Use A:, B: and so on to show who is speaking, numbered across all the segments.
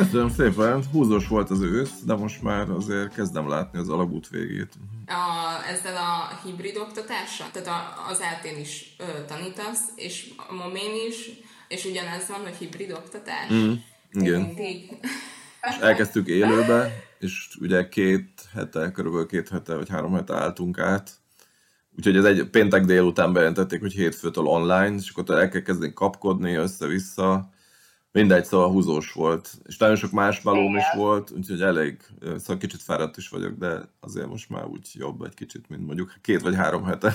A: Köszönöm szépen, húzós volt az ősz, de most már azért kezdem látni az alagút végét.
B: Ezzel a hibrid oktatással, tehát az eltén is tanítasz, és a momén is, és ugyanez van, hogy hibrid oktatás.
A: Igen.
B: Mindig.
A: És elkezdtük élőbe, és ugye 2 hete, körülbelül 2 hete vagy 3 hete álltunk át. Úgyhogy ez egy péntek délután bejelentették, hogy hétfőtől online, és akkor el kell kezdeni kapkodni össze-vissza. Mindegy, szóval húzós volt. És nagyon sok más valóm is volt, úgyhogy elég, szóval kicsit fáradt is vagyok, de azért most már úgy jobb egy kicsit, mint mondjuk 2 vagy 3 hete.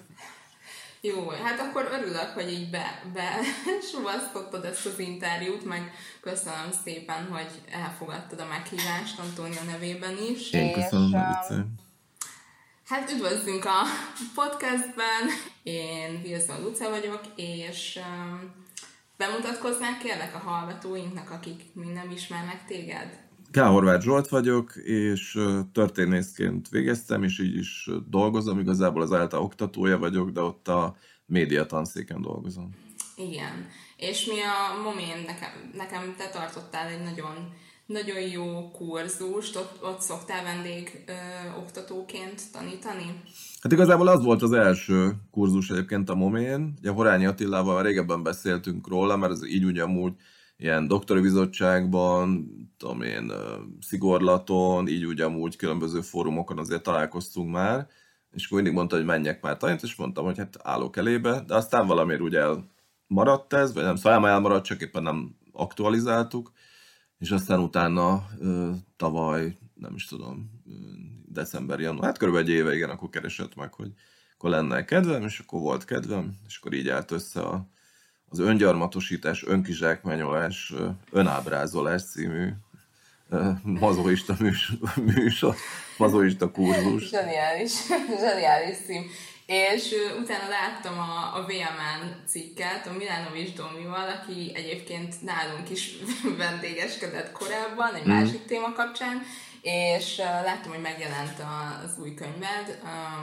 B: Jó, hát akkor örülök, hogy így besuvasztottad ezt az interjút, meg köszönöm szépen, hogy elfogadtad a meghívást Antónia nevében is.
A: Én köszönöm, hogy viccelj.
B: Hát üdvözlünk a podcastben, én Vilszon Luca vagyok, és bemutatkoznál kérlek a hallgatóinknak, akik még nem ismernek téged?
A: K. Horváth Zsolt vagyok, és történészként végeztem, és így is dolgozom, igazából az által oktatója vagyok, de ott a média tanszéken dolgozom.
B: Igen, és mi a momén, nekem te tartottál egy nagyon jó kurzust, ott szoktál vendégoktatóként tanítani?
A: Hát igazából az volt az első kurzus egyébként a momén. Ugye Horányi Attilával régebben beszéltünk róla, mert ez így ugyanúgy ilyen doktori bizottságban, tudom én, Szigorlaton, így ugyanúgy különböző fórumokon azért találkoztunk már, és akkor mindig mondta, hogy menjek már tanítani, és mondtam, hogy hát állok elébe, de aztán valamiért úgy elmaradt ez, vagy nem, szóval elmaradt, csak éppen nem aktualizáltuk, és aztán utána tavaly, nem is tudom, december, január, hát körülbelül egy éve, igen, akkor keresett meg, hogy akkor lenne kedvem, és akkor volt kedvem, és akkor így állt össze az öngyarmatosítás, önkizsákmányolás, önábrázolás című mazoista műsor, mazoista kurzus.
B: Zseniális cím. És utána láttam a VMN cikket, a Milanovics Domival, aki egyébként nálunk is vendégeskedett korábban, egy másik téma kapcsán, és láttam, hogy megjelent az új könyved,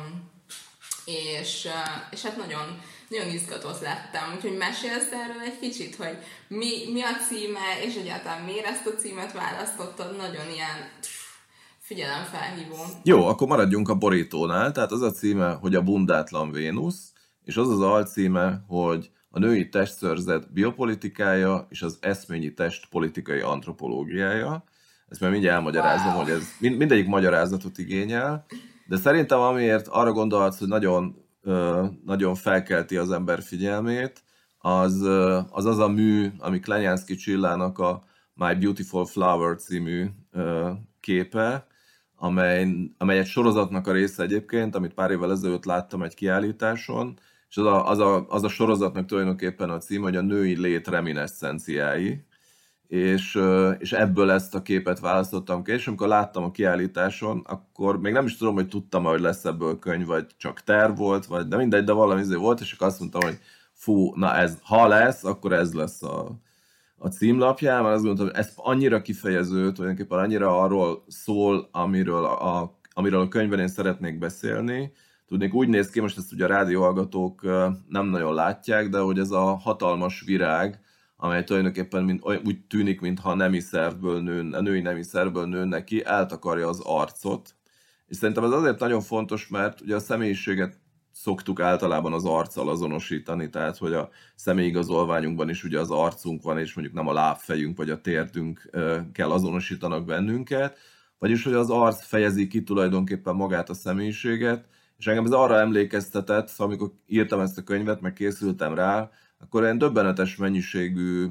B: és hát nagyon, nagyon izgatott lettem, úgyhogy mesélsz erről egy kicsit, hogy mi a címe, és egyáltalán miért ezt a címet választottad, nagyon ilyen figyelemfelhívó.
A: Jó, akkor maradjunk a borítónál, tehát az a címe, hogy a bundátlan Vénusz, és az az alcíme, hogy a női testszörzet biopolitikája és az eszményi test politikai antropológiája. Ezt már mindjárt elmagyarázom, hogy ez mindegyik magyarázatot igényel, de szerintem amiért arra gondolhatsz, hogy nagyon felkelti az ember figyelmét, az a mű, ami Klenjánszky Csillának a My Beautiful Flower című képe, amely egy sorozatnak a része egyébként, amit pár évvel ezelőtt láttam egy kiállításon, és az a sorozatnak tulajdonképpen a cím, hogy a női lét reminiszenciái, és ebből ezt a képet választottam ki, és amikor láttam a kiállításon, akkor még nem is tudom, hogy tudtam, hogy lesz ebből könyv, vagy csak terv volt, de mindegy, de valami volt, és akkor azt mondtam, hogy fú, na ez, ha lesz, akkor ez lesz a címlapján, mert azt gondoltam, hogy ez annyira kifejező, tulajdonképpen annyira arról szól, amiről a könyvben én szeretnék beszélni. Tudnék, úgy néz ki, most ezt ugye a rádióhallgatók nem nagyon látják, de hogy ez a hatalmas virág, amely tulajdonképpen úgy tűnik, mintha a női nemi szervből nőne ki, eltakarja az arcot. És szerintem ez azért nagyon fontos, mert ugye a személyiséget szoktuk általában az arccal azonosítani, tehát hogy a személyigazolványunkban is ugye az arcunk van, és mondjuk nem a lábfejünk vagy a térdünk kell azonosítanak bennünket, vagyis hogy az arc fejezi ki tulajdonképpen magát a személyiséget, és engem ez arra emlékeztetett, szóval amikor írtam ezt a könyvet, meg készültem rá, akkor ilyen döbbenetes mennyiségű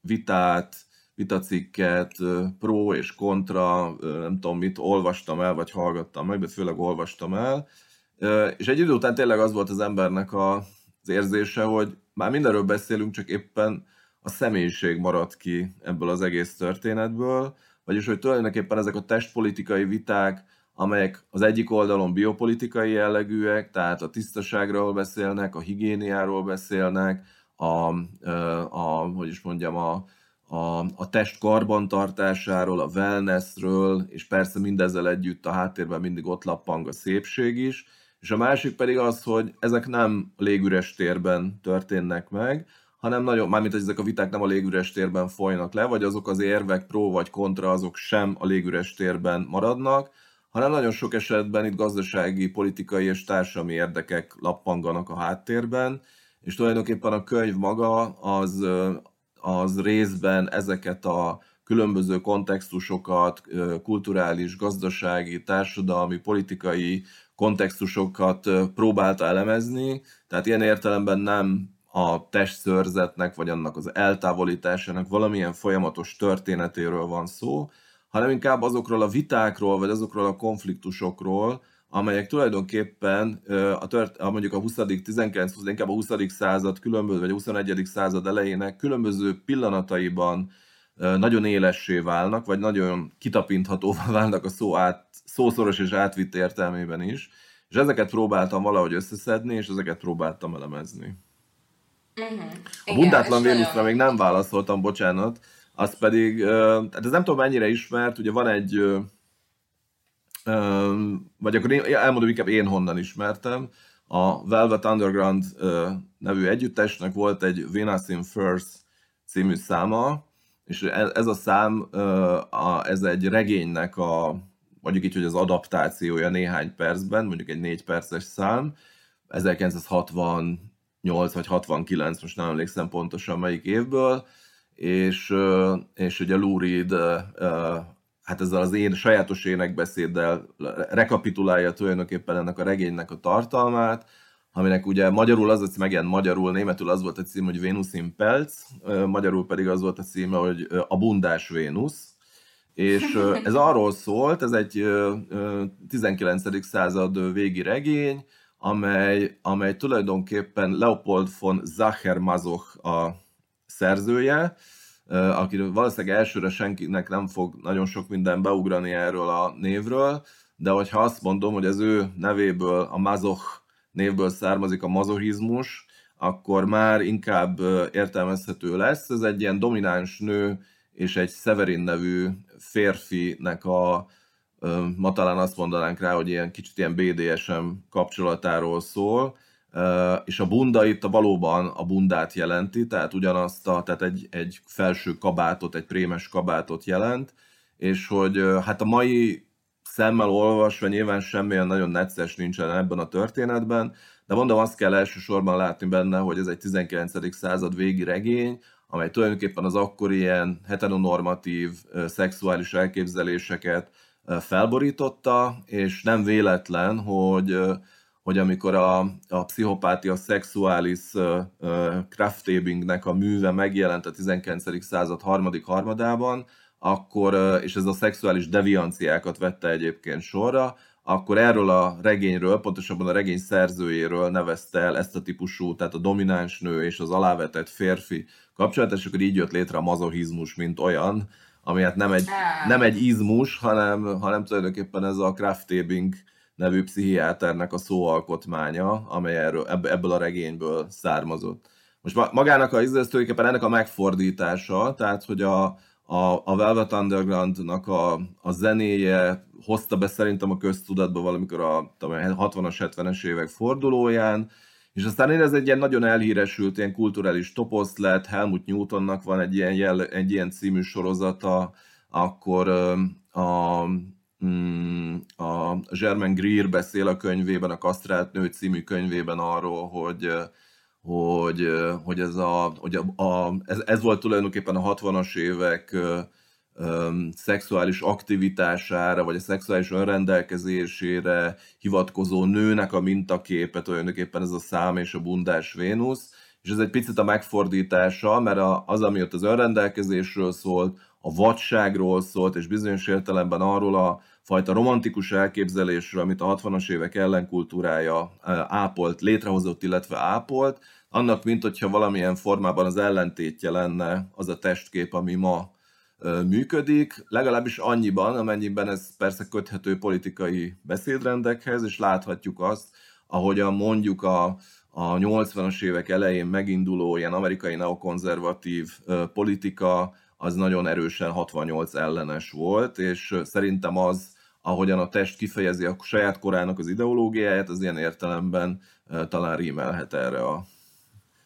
A: vitacikket, pro és kontra, nem tudom mit, olvastam el, vagy hallgattam meg, de főleg olvastam el, és egy idő után tényleg az volt az embernek az érzése, hogy már mindenről beszélünk, csak éppen a személyiség maradt ki ebből az egész történetből, vagyis hogy tulajdonképpen ezek a testpolitikai viták, amelyek az egyik oldalon biopolitikai jellegűek, tehát a tisztaságról beszélnek, a higiéniáról beszélnek, a test karbantartásáról, a wellnessről, és persze mindezzel együtt a háttérben mindig ott lappang a szépség is, és a másik pedig az, hogy ezek nem légüres térben történnek meg, hanem nagyon, mármint hogy ezek a viták nem a légüres térben folynak le, vagy azok az érvek pro vagy kontra, azok sem a légüres térben maradnak, hanem nagyon sok esetben itt gazdasági, politikai és társadalmi érdekek lappanganak a háttérben, és tulajdonképpen a könyv maga az részben ezeket a különböző kontextusokat, kulturális, gazdasági, társadalmi, politikai kontextusokat próbálta elemezni, tehát ilyen értelemben nem a testszörzetnek, vagy annak az eltávolításának valamilyen folyamatos történetéről van szó, hanem inkább azokról a vitákról, vagy azokról a konfliktusokról, amelyek tulajdonképpen mondjuk a 20., 19., inkább a 20. század különböző, vagy a 21. század elejének különböző pillanataiban nagyon élessé válnak, vagy nagyon kitapinthatóvá válnak a szószoros és átvitt értelmében is, és ezeket próbáltam valahogy összeszedni, és ezeket próbáltam elemezni. A Bundátlan Vénuszra még nem válaszoltam, bocsánat, az pedig, ez nem tudom mennyire ismert, ugye van egy, vagy akkor elmondom inkább én honnan ismertem, a Velvet Underground nevű együttesnek volt egy Venus in Furs című száma, és ez a szám, ez egy regénynek mondjuk így, hogy az adaptációja néhány percben, mondjuk egy 4 perces szám, 1968 vagy 69, most nem emlékszem pontosan melyik évből, és ugye Lou Reed hát ezzel az sajátos énekbeszéddel rekapitulálja tulajdonképpen ennek a regénynek a tartalmát, aminek ugye magyarul az a cím, megjelent magyarul, németül az volt a cím, hogy Venus in Pelz, magyarul pedig az volt a címe, hogy A bundás Vénusz. És ez arról szólt, ez egy 19. század végi regény, amely tulajdonképpen Leopold von Sacher-Masoch a szerzője, akiről valószínűleg elsőre senkinek nem fog nagyon sok minden beugrani erről a névről, de hogyha azt mondom, hogy az ő nevéből, a Masoch névből származik a mazochizmus, akkor már inkább értelmezhető lesz. Ez egy ilyen domináns nő és egy Severin nevű férfinek ma talán azt mondanánk rá, hogy ilyen kicsit ilyen BDSM kapcsolatáról szól, és a bunda itt valóban a bundát jelenti, tehát ugyanazt, tehát egy felső kabátot, egy prémes kabátot jelent, és hogy hát a mai szemmel olvasva nyilván semmilyen nagyon necces nincsen ebben a történetben, de mondom, azt kell elsősorban látni benne, hogy ez egy 19. század végi regény, amely tulajdonképpen az akkori ilyen heteronormatív szexuális elképzeléseket felborította, és nem véletlen, hogy amikor a Pszichopátia Sexualis Krafft-Ebingnek a műve megjelent a 19. század harmadik harmadában, akkor, és ez a szexuális devianciákat vette egyébként sorra, akkor erről a regényről, pontosabban a regény szerzőjéről nevezte el ezt a típusú, tehát a domináns nő és az alávetett férfi kapcsolat, és akkor így jött létre a mazochizmus, mint olyan, ami hát nem egy izmus, hanem tulajdonképpen ez a Krafft-Ebing nevű pszichiáternek a szóalkotmánya, amely ebből a regényből származott. Most magának ez tulajdonképpen ennek a megfordítása, tehát hogy a Velvet Undergroundnak a zenéje hozta be szerintem a köztudatba valamikor a 60-as, 70-es évek fordulóján, és aztán ez egy ilyen nagyon elhíresült ilyen kulturális toposz lett, Helmut Newtonnak van egy ilyen című sorozata, akkor a Germain Greer beszél a könyvében, a Kasztrált nő című könyvében arról, hogy ez volt tulajdonképpen a 60-as évek szexuális aktivitására, vagy a szexuális önrendelkezésére hivatkozó nőnek a mintaképe, tulajdonképpen ez a szám és a bundás Vénusz, és ez egy picit a megfordítása, mert az, ami ott az önrendelkezésről szólt, a vadságról szólt, és bizonyos értelemben arról a fajta romantikus elképzelésről, amit a 60-as évek ellenkultúrája ápolt, létrehozott, illetve ápolt, annak, mint hogyha valamilyen formában az ellentétje lenne az a testkép, ami ma működik, legalábbis annyiban, amennyiben ez persze köthető politikai beszédrendekhez, és láthatjuk azt, ahogyan mondjuk a 80-as évek elején meginduló ilyen amerikai neokonzervatív politika, az nagyon erősen 68 ellenes volt, és szerintem az, ahogyan a test kifejezi a saját korának az ideológiáját, az ilyen értelemben talán rímelhet erre az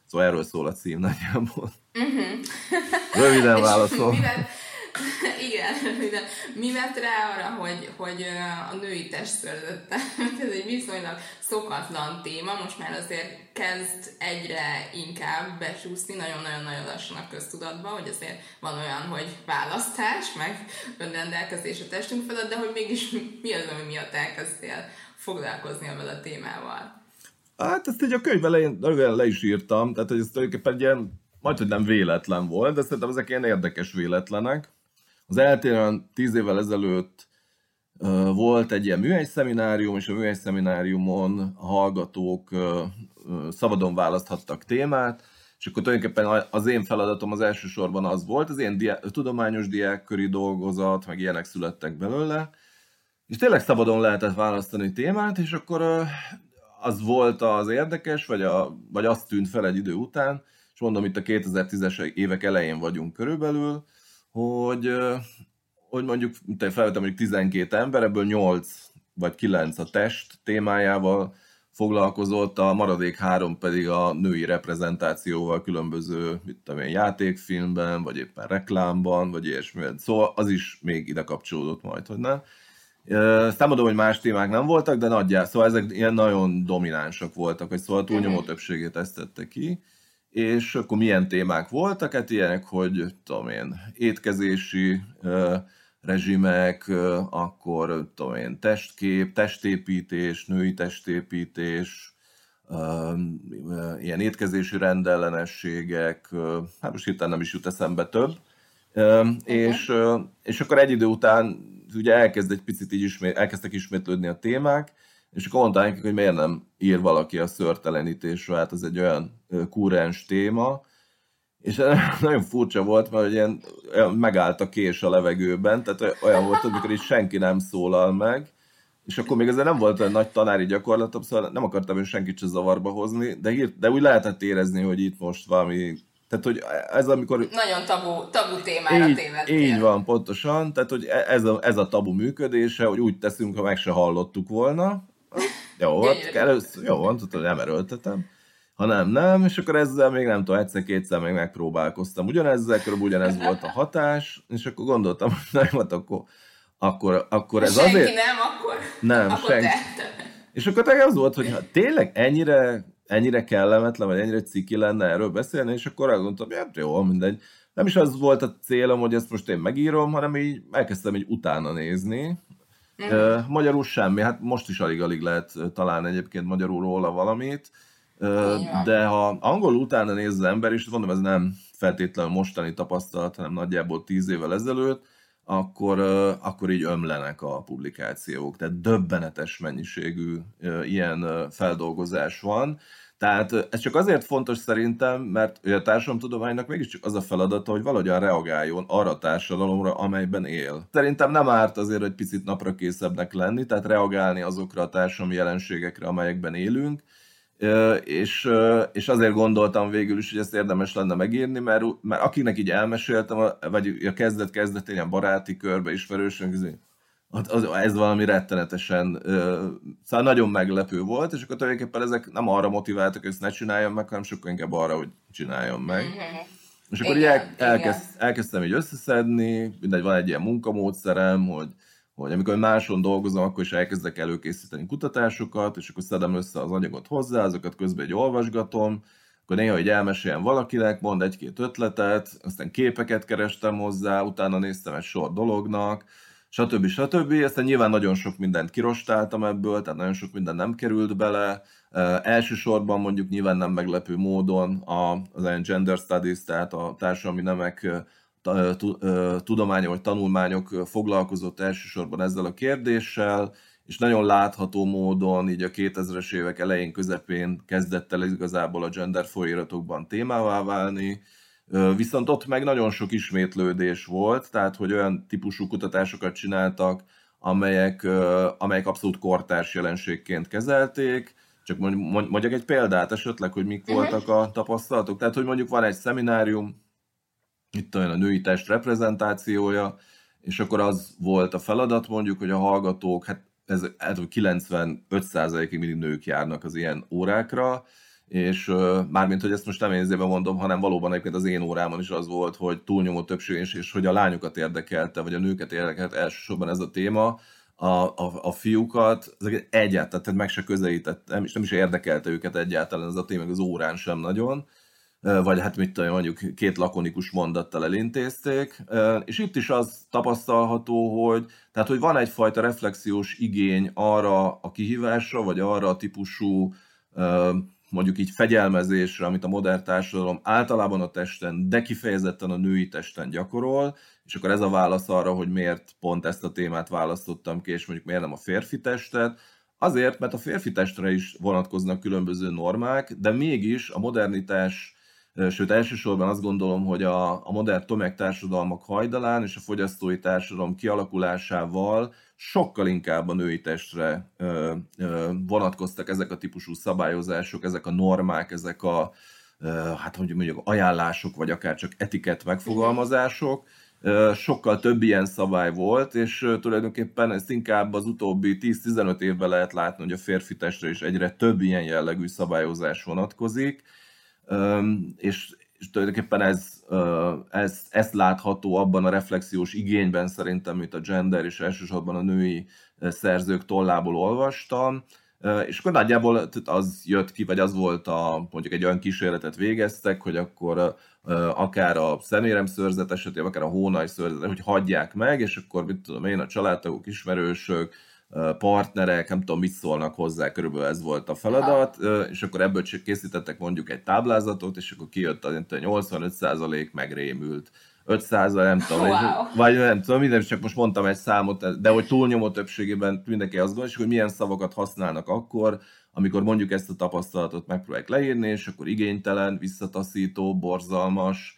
A: Szóval erről szól a cím nagyjából. Röviden válaszol.
B: Igen, mi vett rá arra, hogy a női testszörzettel, ez egy viszonylag szokatlan téma, most már azért kezd egyre inkább besúszni, nagyon-nagyon lassan a köztudatba, hogy azért van olyan, hogy választás, meg önrendelkezés a testünk felett, de hogy mégis mi az, ami miatt elkezdtél foglalkozni ebben a témával?
A: Hát ezt így a könyv elején le is írtam, tehát hogy ez tulajdonképpen egy ilyen, majdhogy nem véletlen volt, de szerintem ezek ilyen érdekes véletlenek. Az eltérően 10 évvel ezelőtt volt egy ilyen műhelyszeminárium, és a műhelyszemináriumon a hallgatók szabadon választhattak témát, és akkor tulajdonképpen az én feladatom az elsősorban az volt, az én tudományos diákköri dolgozat, meg ilyenek születtek belőle, és tényleg szabadon lehetett választani témát, és akkor az volt az érdekes, vagy azt tűnt fel egy idő után, és mondom, itt a 2010-es évek elején vagyunk körülbelül, hogy mondjuk felvettem mondjuk 12 ember, ebből 8 vagy 9 a test témájával foglalkozott, a maradék 3 pedig a női reprezentációval különböző játékfilmben, vagy éppen reklámban, vagy ilyesmi. Szóval az is még ide kapcsolódott majd, hogy nem. Ezt nem mondom, hogy más témák nem voltak, de nagyjából, szóval ezek ilyen nagyon dominánsak voltak, hogy szóval a túlnyomó többségét ezt tette ki. És akkor milyen témák voltak? Hát ilyenek, hogy tudom én, étkezési rezsimek, akkor tudom én, testkép, testépítés, női testépítés, ilyen étkezési rendellenességek, hát most hirtelen nem is jut eszembe több. És akkor egy idő után ugye elkezdtek ismétlődni a témák, és akkor mondták nekik, hogy miért nem ír valaki a szőrtelenítésről, hát ez egy olyan kúrens téma, és nagyon furcsa volt, mert ilyen megállt a kés a levegőben, tehát olyan volt, amikor így senki nem szólal meg, és akkor még ezzel nem volt olyan nagy tanári gyakorlatom, szóval nem akartam én senkit se zavarba hozni, de úgy lehetett érezni, hogy itt most valami, tehát hogy ez amikor...
B: Nagyon tabu témára tévedtél.
A: Így van, pontosan, tehát hogy ez a tabu működése, hogy úgy teszünk, ha meg se hallottuk volna. Jó, először, jó van, tudod, nem erőltetem. Ha nem, és akkor ezzel még nem tudom, egyszer-kétszer még megpróbálkoztam. Ugyanez volt a hatás, és akkor gondoltam, hogy nem, akkor ez
B: senki
A: azért...
B: akkor
A: senki.
B: Te.
A: És akkor az volt, hogy ha tényleg ennyire kellemetlen, vagy ennyire ciki lenne erről beszélni, és akkor azt gondoltam, hogy jó, mindegy. Nem is az volt a célom, hogy ezt most én megírom, hanem így elkezdtem így utána nézni. Magyarul semmi, hát most is alig lehet találni egyébként magyarul róla valamit, de ha angolul utána néz az ember, és mondom, ez nem feltétlenül mostani tapasztalat, hanem nagyjából 10 évvel ezelőtt, akkor így ömlenek a publikációk. Tehát döbbenetes mennyiségű ilyen feldolgozás van. Tehát ez csak azért fontos szerintem, mert a társadalomtudománynak mégiscsak az a feladata, hogy valahogyan reagáljon arra a társadalomra, amelyben él. Szerintem nem árt azért, hogy picit naprakészebb lenni, tehát reagálni azokra a társadalmi jelenségekre, amelyekben élünk, és azért gondoltam végül is, hogy ezt érdemes lenne megírni, mert akiknek így elmeséltem, vagy a kezdet-kezdetén ilyen baráti körbe, ismerősünk, ez valami rettenetesen, szóval nagyon meglepő volt, és akkor tulajdonképpen ezek nem arra motiváltak, hogy ezt ne csináljam meg, hanem sokkal inkább arra, hogy csináljam meg. És akkor elkezdtem így összeszedni, mindegy, van egy ilyen munkamódszerem, hogy amikor máson dolgozom, akkor is elkezdek előkészíteni kutatásokat, és akkor szedem össze az anyagot hozzá, azokat közben egy olvasgatom, akkor néha így elmeséljem valakinek, mond egy-két ötletet, aztán képeket kerestem hozzá, utána néztem egy sor dolognak, stb. Aztán nyilván nagyon sok mindent kirostáltam ebből, tehát nagyon sok minden nem került bele. Elsősorban mondjuk nyilván nem meglepő módon az gender studies, tehát a társadalmi nemek tudománya vagy tanulmányok foglalkozott elsősorban ezzel a kérdéssel, és nagyon látható módon így a 2000-es évek elején, közepén kezdett el igazából a gender folyóiratokban témává válni, viszont ott meg nagyon sok ismétlődés volt, tehát hogy olyan típusú kutatásokat csináltak, amelyek abszolút kortárs jelenségként kezelték. Csak mondjak egy példát esetleg, hogy mik voltak a tapasztalatok. Tehát, hogy mondjuk van egy szeminárium, itt olyan a női test reprezentációja, és akkor az volt a feladat mondjuk, hogy a hallgatók, hát 95%-ig mindig nők járnak az ilyen órákra, és mármint, hogy ezt most nem én izében mondom, hanem valóban egyébként az én órámon is az volt, hogy túlnyomó többség, és hogy a lányokat érdekelte, vagy a nőket érdekelte elsősorban ez a téma, a fiúkat egyáltalán, tehát meg se közelített, nem is érdekelte őket egyáltalán ez a téma, meg az órán sem nagyon, vagy hát mit tudom, mondjuk 2 lakonikus mondattal elintézték, és itt is az tapasztalható, hogy van egyfajta reflexiós igény arra a kihívásra, vagy arra a típusú mondjuk így fegyelmezésre, amit a modern társadalom általában a testen, de kifejezetten a női testen gyakorol, és akkor ez a válasz arra, hogy miért pont ezt a témát választottam ki, és mondjuk miért nem a férfi testet. Azért, mert a férfi testre is vonatkoznak különböző normák, de mégis a modernitás, sőt elsősorban azt gondolom, hogy a modern tömegtársadalmak hajdalán és a fogyasztói társadalom kialakulásával sokkal inkább a női testre vonatkoztak ezek a típusú szabályozások, ezek a normák, ezek a hát mondjuk ajánlások, vagy akár csak etikett megfogalmazások. Sokkal több ilyen szabály volt, és tulajdonképpen ezt inkább az utóbbi 10-15 évben lehet látni, hogy a férfi testre is egyre több ilyen jellegű szabályozás vonatkozik, és tulajdonképpen ez látható abban a reflexiós igényben szerintem, amit a gender és elsősorban a női szerzők tollából olvastam, és akkor nagyjából az jött ki, vagy az volt mondjuk egy olyan kísérletet végeztek, hogy akkor akár a szeméremszőrzet esetében, akár a hónajszőrzet, hogy hagyják meg, és akkor mit tudom én, a családtagok, ismerősök, partnerek, nem tudom, mit szólnak hozzá, körülbelül ez volt a feladat, és akkor ebből készítettek mondjuk egy táblázatot, és akkor kijött az, hogy 85% megrémült. 500, nem tudom,
B: Wow.
A: vagy nem tudom, minden, csak most mondtam egy számot, de hogy túlnyomó többségében mindenki azt gondolja, hogy milyen szavakat használnak akkor, amikor mondjuk ezt a tapasztalatot megpróbálják leírni, és akkor igénytelen, visszataszító, borzalmas,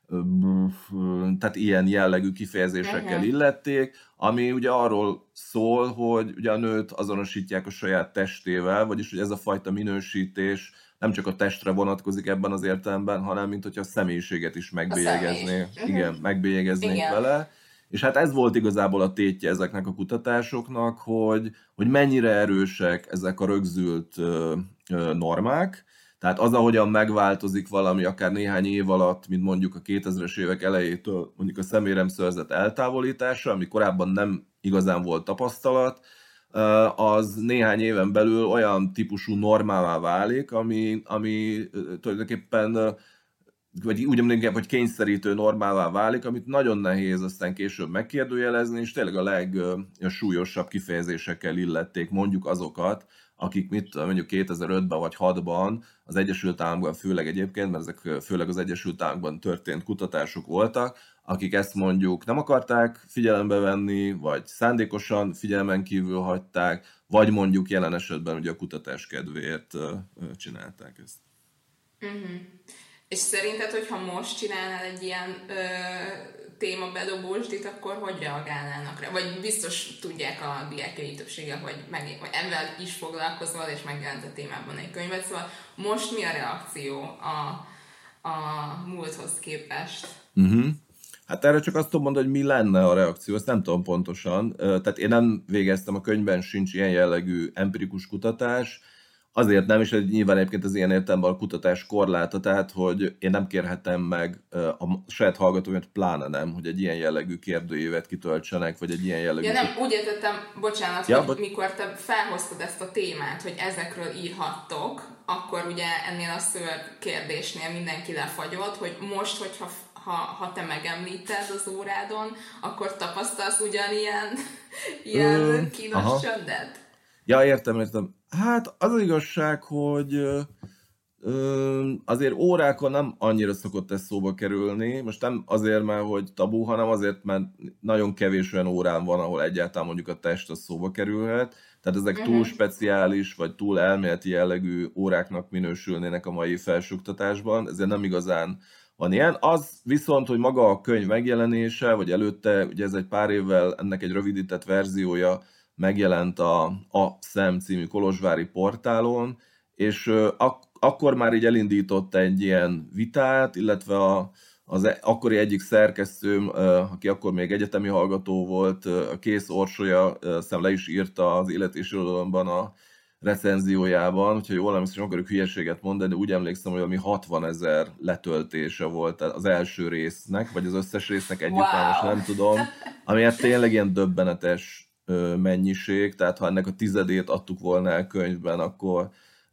A: tehát ilyen jellegű kifejezésekkel illették, ami ugye arról szól, hogy ugye a nőt azonosítják a saját testével, vagyis hogy ez a fajta minősítés nem csak a testre vonatkozik ebben az értelemben, hanem mint hogyha a személyiséget is megbélyegeznék. Igen, megbélyegeznék vele. És hát ez volt igazából a tétje ezeknek a kutatásoknak, hogy mennyire erősek ezek a rögzült normák. Tehát az, ahogyan megváltozik valami akár néhány év alatt, mint mondjuk a 2000-es évek elejétől mondjuk a szeméremszőrzet eltávolítása, ami korábban nem igazán volt tapasztalat, az néhány éven belül olyan típusú normává válik, ami tulajdonképpen vagy úgy mondjuk, hogy kényszerítő normává válik, amit nagyon nehéz aztán később megkérdőjelezni, és tényleg a legsúlyosabb kifejezésekkel illették mondjuk azokat, akik mondjuk 2005-ben vagy 2006-ban az Egyesült Államokban, főleg egyébként, mert ezek főleg az Egyesült Államokban történt kutatások voltak, akik ezt mondjuk nem akarták figyelembe venni, vagy szándékosan figyelmen kívül hagyták, vagy mondjuk jelen esetben ugye a kutatás kedvéért csinálták ezt.
B: Uh-huh. És szerinted, hogyha most csinálnál egy ilyen témabedobósdit, akkor hogy reagálnának rá? Vagy biztos tudják a diákjai többsége, hogy ebben is foglalkozol, és megjelent a témában egy könyvet, szóval most mi a reakció a múlthoz képest?
A: Uh-huh. Hát erre csak azt tudom mondani, hogy mi lenne a reakció, ezt nem tudom pontosan. Tehát én nem végeztem, a könyvben sincs ilyen jellegű empirikus kutatás, azért nem, és nyilván egyébként az ilyen értelemben a kutatás korláta, tehát hogy én nem kérhetem meg a saját hallgatóimat, pláne nem, hogy egy ilyen jellegű kérdőívet kitöltsenek, vagy egy ilyen jellegű...
B: Ja nem, úgy értettem, bocsánat, hogy mikor te felhoztad ezt a témát, hogy ezekről írhattok, akkor ugye ennél a szövegkérdésnél mindenki lefagyott, hogy most, hogyha ha te megemlíted az órádon, akkor tapasztalsz ugyanilyen kínos csöndet?
A: Ja, értem. Hát az igazság, hogy azért órákon nem annyira szokott ez szóba kerülni. Most nem azért, mert hogy tabu, hanem azért, mert nagyon kevés olyan órán van, ahol egyáltalán mondjuk a test az szóba kerülhet. Tehát ezek túl speciális, vagy túl elméleti jellegű óráknak minősülnének a mai felsőoktatásban, ezért nem igazán van ilyen. Az viszont, hogy maga a könyv megjelenése, vagy előtte, ugye ez egy pár évvel ennek egy rövidített verziója megjelent a SZEM című kolozsvári portálon, és akkor már így elindított egy ilyen vitát, illetve az akkori egyik szerkesztőm, aki akkor még egyetemi hallgató volt, a Kész Orsolya, le is írta az Élet és Irodalomban a recenziójában, hogyha jól emlékszem, nem akarok hülyeséget mondani, de úgy emlékszem, hogy ami 60 000 letöltése volt az első résznek, vagy az összes résznek együtt, már most
B: Wow!
A: nem tudom, ami hát tényleg ilyen döbbenetes mennyiség, tehát ha ennek a tizedét adtuk volna el könyvben, akkor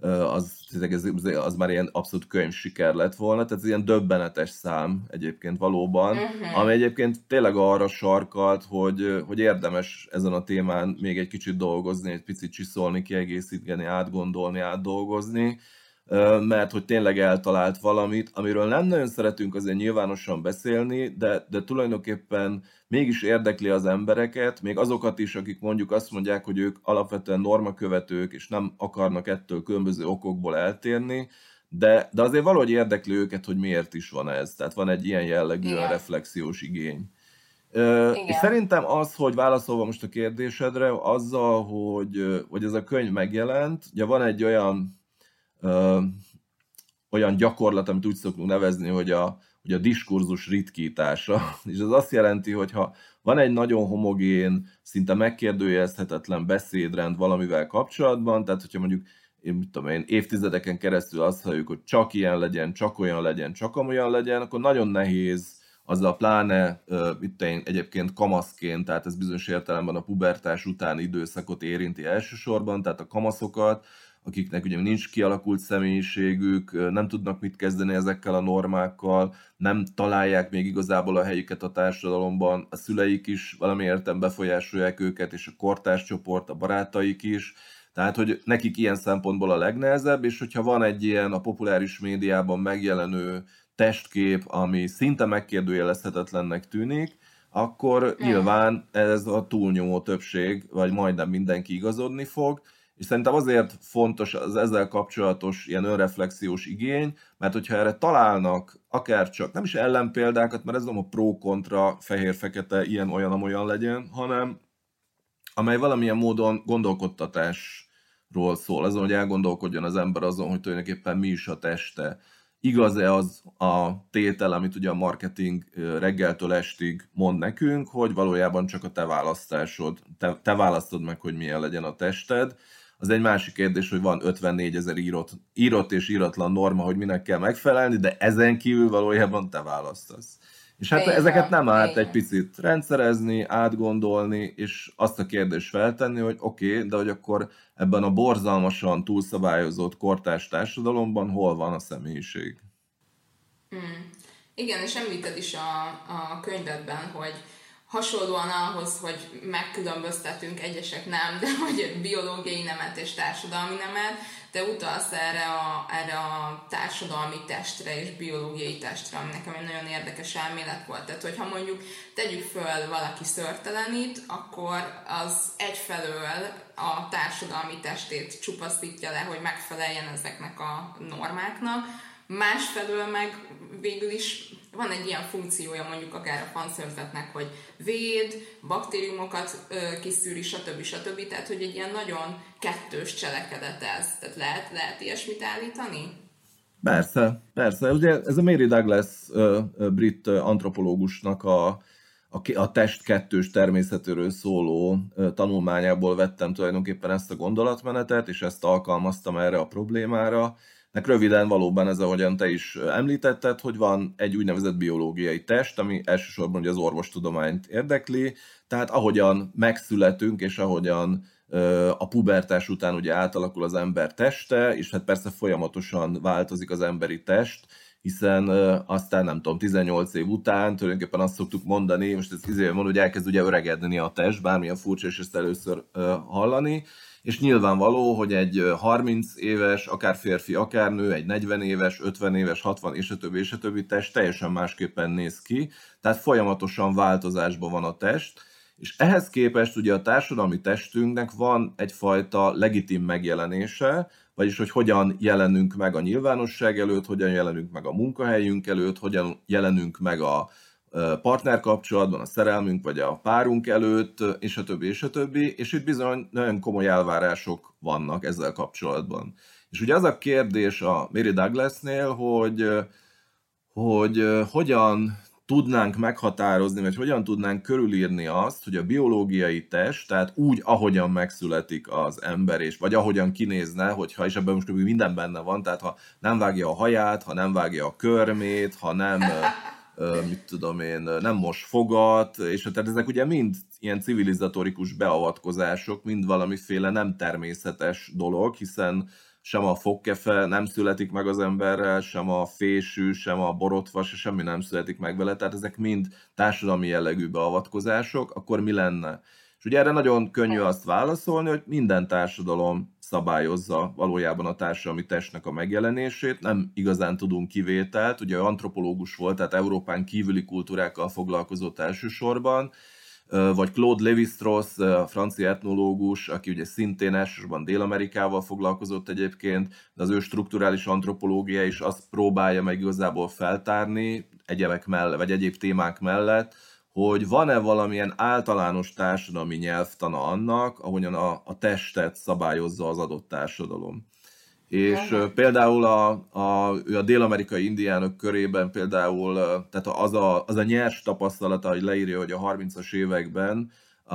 A: az már ilyen abszolút könyvsiker lett volna, tehát ez ilyen döbbenetes szám egyébként valóban, ami egyébként tényleg arra sarkalt, hogy érdemes ezen a témán még egy kicsit dolgozni, egy picit csiszolni, kiegészíteni, átgondolni, átdolgozni, mert hogy tényleg eltalált valamit, amiről nem nagyon szeretünk azért nyilvánosan beszélni, de tulajdonképpen mégis érdekli az embereket, még azokat is, akik mondjuk azt mondják, hogy ők alapvetően normakövetők, és nem akarnak ettől különböző okokból eltérni, de azért valahogy érdekli őket, hogy miért is van ez. Tehát van egy ilyen jellegű
B: Igen.
A: reflexiós igény. És
B: Igen.
A: szerintem az, hogy válaszolva most a kérdésedre, azzal, hogy ez a könyv megjelent, ugye van egy olyan gyakorlat, amit úgy szoktunk nevezni, hogy a diskurzus ritkítása. És ez azt jelenti, hogy ha van egy nagyon homogén, szinte megkérdőjelezhetetlen beszédrend valamivel kapcsolatban, tehát hogyha mondjuk én évtizedeken keresztül azt halljuk, hogy csak ilyen legyen, csak olyan legyen, csak amolyan legyen, akkor nagyon nehéz azzal pláne itt egyébként kamaszként, tehát ez bizonyos értelemben a pubertás utáni időszakot érinti elsősorban, tehát a kamaszokat, akiknek ugye nincs kialakult személyiségük, nem tudnak mit kezdeni ezekkel a normákkal, nem találják még igazából a helyüket a társadalomban, a szüleik is valami értelemben befolyásolják őket, és a kortárs csoport, a barátaik is, tehát hogy nekik ilyen szempontból a legnehezebb, és hogyha van egy ilyen a populáris médiában megjelenő testkép, ami szinte megkérdőjelezhetetlennek tűnik, akkor nyilván ez a túlnyomó többség, vagy majdnem mindenki igazodni fog, és szerintem azért fontos az ezzel kapcsolatos ilyen önreflexiós igény, mert hogyha erre találnak akár csak, nem is ellenpéldákat, mert ez nem a pro-kontra, fehér-fekete, ilyen-olyan-amolyan legyen, hanem amely valamilyen módon gondolkodtatásról szól, azon, hogy elgondolkodjon az ember azon, hogy tulajdonképpen mi is a teste. Igaz-e az a tétel, amit ugye a marketing reggeltől estig mond nekünk, hogy valójában csak a te választásod, te választod meg, hogy milyen legyen a tested. Az egy másik kérdés, hogy van 54 000 írott és íratlan norma, hogy minek kell megfelelni, de ezen kívül valójában te választasz. És hát ezeket nem árt egy picit rendszerezni, átgondolni, és azt a kérdést feltenni, hogy oké, de hogy akkor ebben a borzalmasan túlszabályozott kortárs társadalomban hol van a személyiség?
B: Igen, és említed is a könyvedben, hogy hasonlóan ahhoz, hogy megkülönböztetünk, egyesek nem, de hogy biológiai nemet és társadalmi nemet, de utalsz erre a társadalmi testre és biológiai testre, ami nekem egy nagyon érdekes elmélet volt. Tehát, hogyha mondjuk tegyük föl valaki szőrtelenít, akkor az egyfelől a társadalmi testét csupaszítja le, hogy megfeleljen ezeknek a normáknak, másfelől meg végül is van egy ilyen funkciója mondjuk akár a fanszörzetnek, hogy véd, baktériumokat kiszűri, stb. Tehát, hogy egy ilyen nagyon kettős cselekedet ez. Tehát lehet ilyesmit állítani?
A: Persze. Ugye ez a Mary Douglas brit antropológusnak a test kettős természetéről szóló tanulmányából vettem tulajdonképpen ezt a gondolatmenetet, és ezt alkalmaztam erre a problémára. Röviden valóban ez, ahogyan te is említetted, hogy van egy úgynevezett biológiai test, ami elsősorban ugye az orvostudományt érdekli, tehát ahogyan megszületünk, és ahogyan a pubertás után ugye átalakul az ember teste, és hát persze folyamatosan változik az emberi test, hiszen aztán nem tudom, 18 év után tulajdonképpen azt szoktuk mondani, most ez izében van, hogy elkezd ugye öregedni a test, bármilyen furcsa, és ezt először hallani, és nyilvánvaló, hogy egy 30 éves, akár férfi, akár nő, egy 40 éves, 50 éves, 60 és a többi test teljesen másképpen néz ki, tehát folyamatosan változásban van a test, és ehhez képest ugye a társadalmi testünknek van egyfajta legitim megjelenése, vagyis hogy hogyan jelenünk meg a nyilvánosság előtt, hogyan jelenünk meg a munkahelyünk előtt, hogyan jelenünk meg a partnerkapcsolatban, a szerelmünk vagy a párunk előtt, és a többi, és itt bizony nagyon komoly elvárások vannak ezzel kapcsolatban. És ugye az a kérdés a Mary Douglasnél, hogy hogyan tudnánk meghatározni, vagy hogyan tudnánk körülírni azt, hogy a biológiai test, tehát úgy, ahogyan megszületik az ember, és vagy ahogyan kinézne, hogyha, és ebben most minden benne van, tehát ha nem vágja a haját, ha nem vágja a körmét, ha nem, mit tudom én, nem mos fogat, és tehát ezek ugye mind ilyen civilizatorikus beavatkozások, mind valamiféle nem természetes dolog, hiszen sem a fogkefe nem születik meg az emberrel, sem a fésű, sem a borotva, se semmi nem születik meg vele, tehát ezek mind társadalmi jellegű beavatkozások, akkor mi lenne? És ugye erre nagyon könnyű azt válaszolni, hogy minden társadalom szabályozza valójában a társadalmi testnek a megjelenését, nem igazán tudunk kivételt, ugye antropológus volt, tehát Európán kívüli kultúrákkal foglalkozott elsősorban, vagy Claude Lévi-Strauss, a francia etnológus, aki ugye szintén elsősorban Dél-Amerikával foglalkozott egyébként, de az ő strukturális antropológia is azt próbálja meg igazából feltárni egyebek mellett, vagy egyéb témák mellett, hogy van-e valamilyen általános társadalmi nyelvtana annak, ahogyan a testet szabályozza az adott társadalom. És például a dél-amerikai indiánok körében például, tehát az a nyers tapasztalata, hogy leírja, hogy a 30-as években,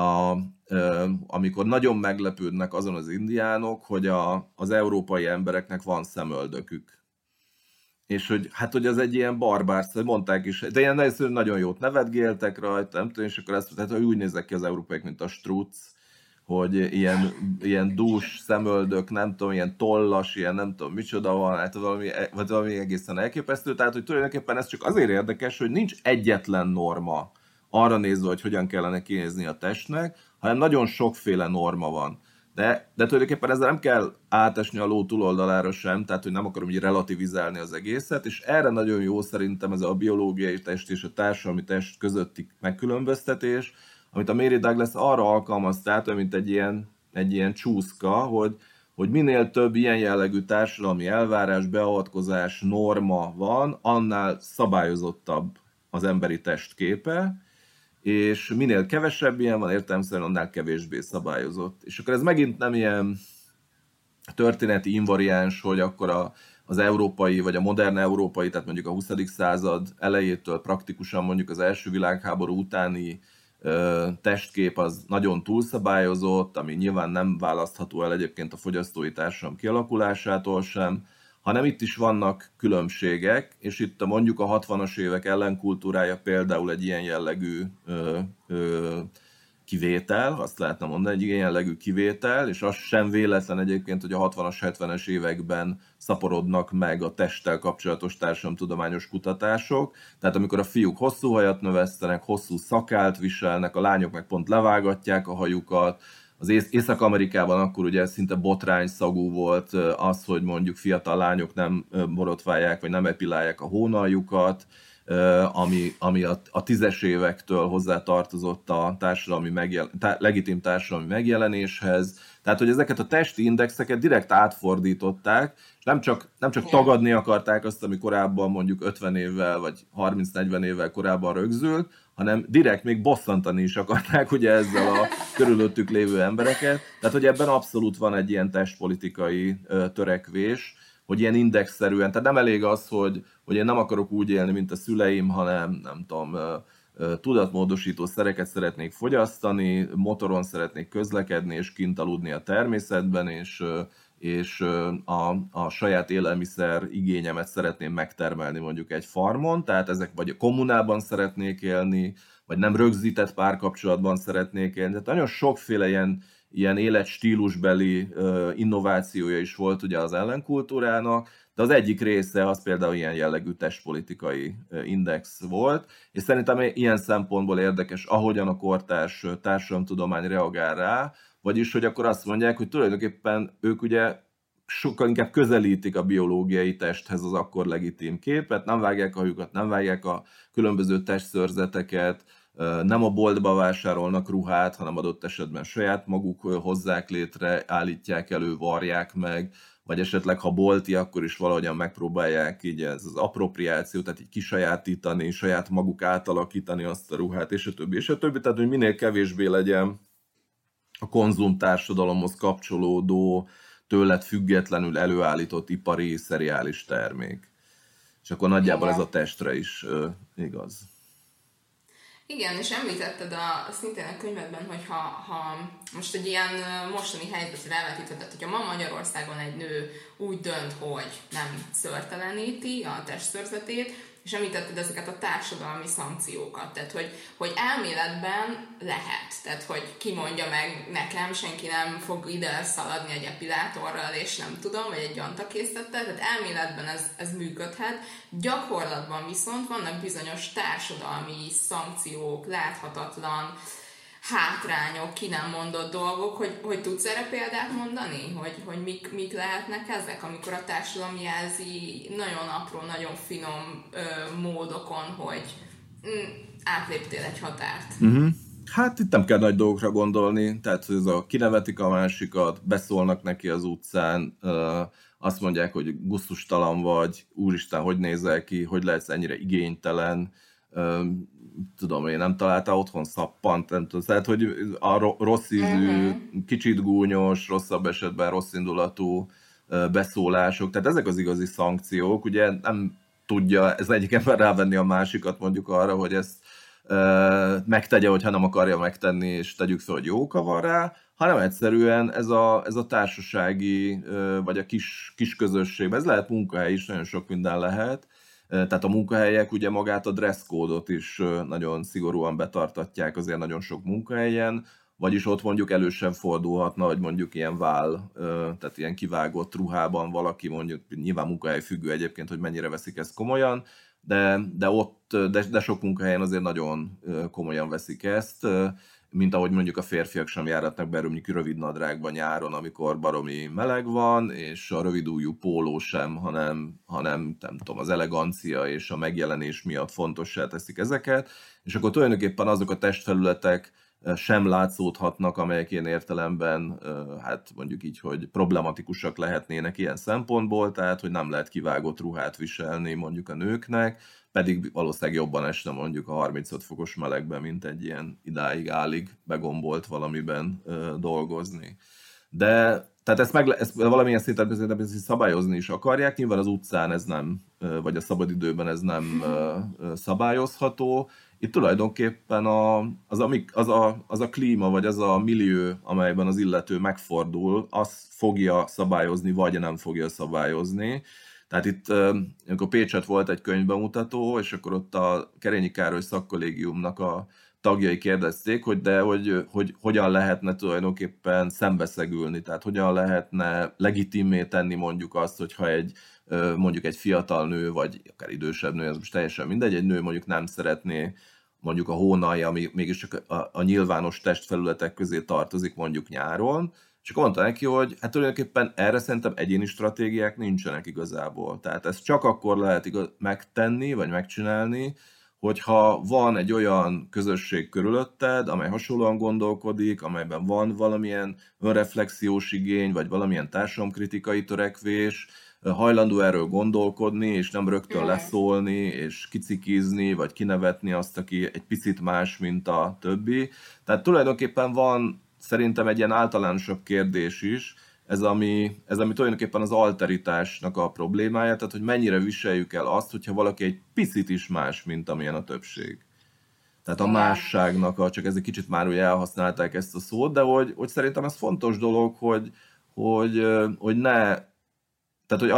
A: amikor nagyon meglepődnek azon az indiánok, hogy az európai embereknek van szemöldökük. És hogy hát, hogy az egy ilyen barbár, mondták is, de ilyen nagyon jót nevetgéltek rajta, nem tudom, és akkor ezt, tehát úgy néznek ki az európaiak, mint a struc, hogy ilyen dús szemöldök, nem tudom, ilyen tollas, ilyen nem tudom micsoda van, hát valami egészen elképesztő. Tehát, hogy tulajdonképpen ez csak azért érdekes, hogy nincs egyetlen norma arra nézve, hogy hogyan kellene kinézni a testnek, hanem nagyon sokféle norma van. De tulajdonképpen ezzel nem kell átesni a ló túloldalára sem, tehát hogy nem akarom így relativizálni az egészet, és erre nagyon jó szerintem ez a biológiai test és a társadalmi test közötti megkülönböztetés, amit a Mary Douglas arra alkalmazta át, mint egy ilyen csúszka, hogy minél több ilyen jellegű társadalmi elvárás, beavatkozás, norma van, annál szabályozottabb az emberi test képe, és minél kevesebb ilyen van, értelemszerűen annál kevésbé szabályozott. És akkor ez megint nem ilyen történeti invariáns, hogy akkor az európai, vagy a modern európai, tehát mondjuk a 20. század elejétől praktikusan mondjuk az első világháború utáni testkép az nagyon túlszabályozott, ami nyilván nem választható el egyébként a fogyasztói társadalom kialakulásától sem, hanem itt is vannak különbségek, és itt mondjuk a 60-as évek ellenkultúrája például egy ilyen jellegű kivétel, azt lehetne mondani, egy ilyen jellegű kivétel, és az sem véletlen egyébként, hogy a 60-as, 70-es években szaporodnak meg a testtel kapcsolatos társadalomtudományos kutatások. Tehát amikor a fiúk hosszú hajat növesztenek, hosszú szakált viselnek, a lányok meg pont levágatják a hajukat, az Észak-Amerikában akkor ugye szinte botrányszagú volt az, hogy mondjuk fiatal lányok nem borotválják, vagy nem epilálják a hónaljukat, ami a 10-es évektől hozzá tartozott a legitim társadalmi megjelenéshez. Tehát, hogy ezeket a testi indexeket direkt átfordították, és nem csak tagadni akarták azt, ami korábban mondjuk 50 évvel, vagy 30-40 évvel korábban rögzült, hanem direkt még bosszantani is akarták ugye ezzel a körülöttük lévő embereket. Tehát, hogy ebben abszolút van egy ilyen testpolitikai törekvés, hogy ilyen indexszerűen, tehát nem elég az, hogy én nem akarok úgy élni, mint a szüleim, hanem nem tudom, tudatmódosító szereket szeretnék fogyasztani, motoron szeretnék közlekedni, és kint aludni a természetben, és a saját élelmiszer igényemet szeretném megtermelni mondjuk egy farmon, tehát ezek vagy kommunában szeretnék élni, vagy nem rögzített párkapcsolatban szeretnék élni. Tehát nagyon sokféle ilyen életstílusbeli innovációja is volt ugye az ellenkultúrának, de az egyik része az például ilyen jellegű testpolitikai index volt, és szerintem ilyen szempontból érdekes, ahogyan a kortárs társadalomtudomány reagál rá, vagyis, hogy akkor azt mondják, hogy tulajdonképpen ők ugye sokkal inkább közelítik a biológiai testhez az akkor legitim képet, nem vágják a hajukat, nem vágják a különböző testszörzeteket, nem a boltba vásárolnak ruhát, hanem adott esetben saját maguk hozzák létre, állítják elő, varják meg, vagy esetleg ha bolti, akkor is valahogyan megpróbálják így ez az appropriáció, tehát így kisajátítani, saját maguk átalakítani azt a ruhát, és a többi, és a többi, tehát hogy minél kevésbé legyen a konzumtársadalomhoz kapcsolódó, tőled függetlenül előállított ipari, szeriális termék. És akkor nagyjából ez a testre is igaz.
B: Igen, és említetted szintén a könyvedben, hogy ha most egy ilyen mostani helyzetre elvetítve, tehát hogyha ma Magyarországon egy nő úgy dönt, hogy nem szőrteleníti a testszörzetét, és említetted ezeket a társadalmi szankciókat, tehát hogy elméletben lehet, tehát hogy ki mondja meg nekem, senki nem fog ide szaladni egy epilátorral, és nem tudom, vagy egy antakészlettel, tehát elméletben ez működhet, gyakorlatban viszont vannak bizonyos társadalmi szankciók, láthatatlan hátrányok, ki nem mondott dolgok, hogy tudsz erre példát mondani? Hogy mik lehetnek ezek, amikor a társadalom jelzi nagyon apró, nagyon finom módokon, hogy átléptél egy határt.
A: Uh-huh. Hát itt nem kell nagy dolgokra gondolni, tehát ez kinevetik a másikat, beszólnak neki az utcán, azt mondják, hogy gusztustalan vagy, úristen, hogy nézel ki, hogy lehetsz ennyire igénytelen, tudom én, nem találtál otthon szappant, nem tudom, tehát, hogy a rossz ízű, kicsit gúnyos, rosszabb esetben rossz indulatú beszólások, tehát ezek az igazi szankciók, ugye nem tudja ez egyik ember rávenni a másikat mondjuk arra, hogy ezt megtegye, hogyha nem akarja megtenni, és tegyük fel, hogy jó oka van rá, hanem egyszerűen ez a társasági, vagy a kis közösség, ez lehet munkahely is, nagyon sok minden lehet, tehát a munkahelyek ugye magát a dresszkódot is nagyon szigorúan betartatják azért nagyon sok munkahelyen, vagyis ott mondjuk elő sem fordulhatna, hogy mondjuk ilyen tehát ilyen kivágott ruhában valaki, mondjuk nyilván munkahely függő egyébként, hogy mennyire veszik ezt komolyan, de sok munkahelyen azért nagyon komolyan veszik ezt, mint ahogy mondjuk a férfiak sem járatnak be mondjuk rövid nadrágban nyáron, amikor baromi meleg van, és a rövidujjú póló sem, hanem nem tudom, az elegancia és a megjelenés miatt fontossá teszik ezeket, és akkor tulajdonképpen azok a testfelületek sem látszódhatnak, amelyek ilyen értelemben, hát mondjuk így, hogy problematikusak lehetnének ilyen szempontból, tehát, hogy nem lehet kivágott ruhát viselni mondjuk a nőknek, pedig valószínűleg jobban esne mondjuk a 35 fokos melegben, mint egy ilyen idáig álig begombolt valamiben dolgozni. De tehát ezt valamilyen szinten szabályozni is akarják, nyilván az utcán ez nem, vagy a szabadidőben ez nem szabályozható. Itt tulajdonképpen az a klíma, vagy az a millió, amelyben az illető megfordul, az fogja szabályozni, vagy nem fogja szabályozni. Tehát itt, amikor Pécset volt egy könyvbemutató, és akkor ott a Kerényi Károly szakkollégiumnak a tagjai kérdezték, hogy hogyan lehetne tulajdonképpen szembeszegülni, tehát hogyan lehetne legitimé tenni mondjuk azt, hogyha mondjuk egy fiatal nő, vagy akár idősebb nő, ez most teljesen mindegy, egy nő mondjuk nem szeretné mondjuk a hónai, ami mégiscsak a nyilvános testfelületek közé tartozik mondjuk nyáron, és akkor mondta neki, hogy hát tulajdonképpen erre szerintem egyéni stratégiák nincsenek igazából. Tehát ezt csak akkor lehet megtenni, vagy megcsinálni, hogyha van egy olyan közösség körülötted, amely hasonlóan gondolkodik, amelyben van valamilyen önreflexiós igény, vagy valamilyen társadalomkritikai törekvés, hajlandó erről gondolkodni, és nem rögtön leszólni, és kicikizni, vagy kinevetni azt, aki egy picit más, mint a többi. Tehát tulajdonképpen van szerintem egy ilyen általánosabb kérdés is, ez ami tulajdonképpen az alteritásnak a problémája, tehát hogy mennyire viseljük el azt, hogyha valaki egy picit is más, mint amilyen a többség. Tehát a másságnak, csak ez egy kicsit már ugye elhasználták ezt a szót, de hogy szerintem ez fontos dolog, hogy ne, tehát hogy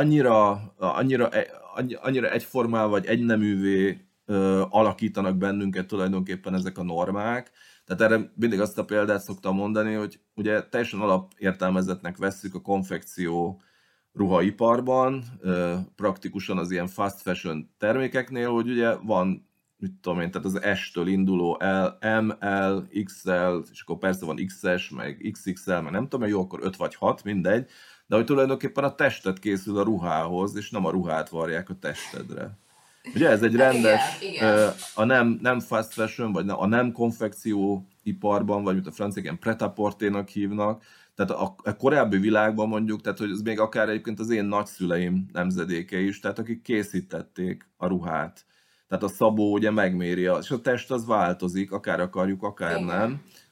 A: annyira egyformán vagy egyneművé alakítanak bennünket tulajdonképpen ezek a normák. Tehát erre mindig azt a példát szoktam mondani, hogy ugye teljesen alapértelmezetnek vesszük a konfekció ruhaiparban, praktikusan az ilyen fast fashion termékeknél, hogy ugye van, mit tudom én, tehát az S-től induló M, L, XL, és akkor persze van XS, meg XXL, meg nem tudom, jó, akkor 5 vagy 6, mindegy, de hogy tulajdonképpen a tested készül a ruhához, és nem a ruhát varják a testedre. Ugye ez egy rendes, igen. A nem fast fashion, vagy a nem konfekcióiparban, vagy mint a franciák ilyen pret-à-porter-nak hívnak, tehát a korábbi világban mondjuk, tehát hogy ez még akár egyébként az én nagyszüleim nemzedéke is, tehát akik készítették a ruhát. Tehát a szabó ugye megméri, és a test az változik, akár akarjuk, akár nem.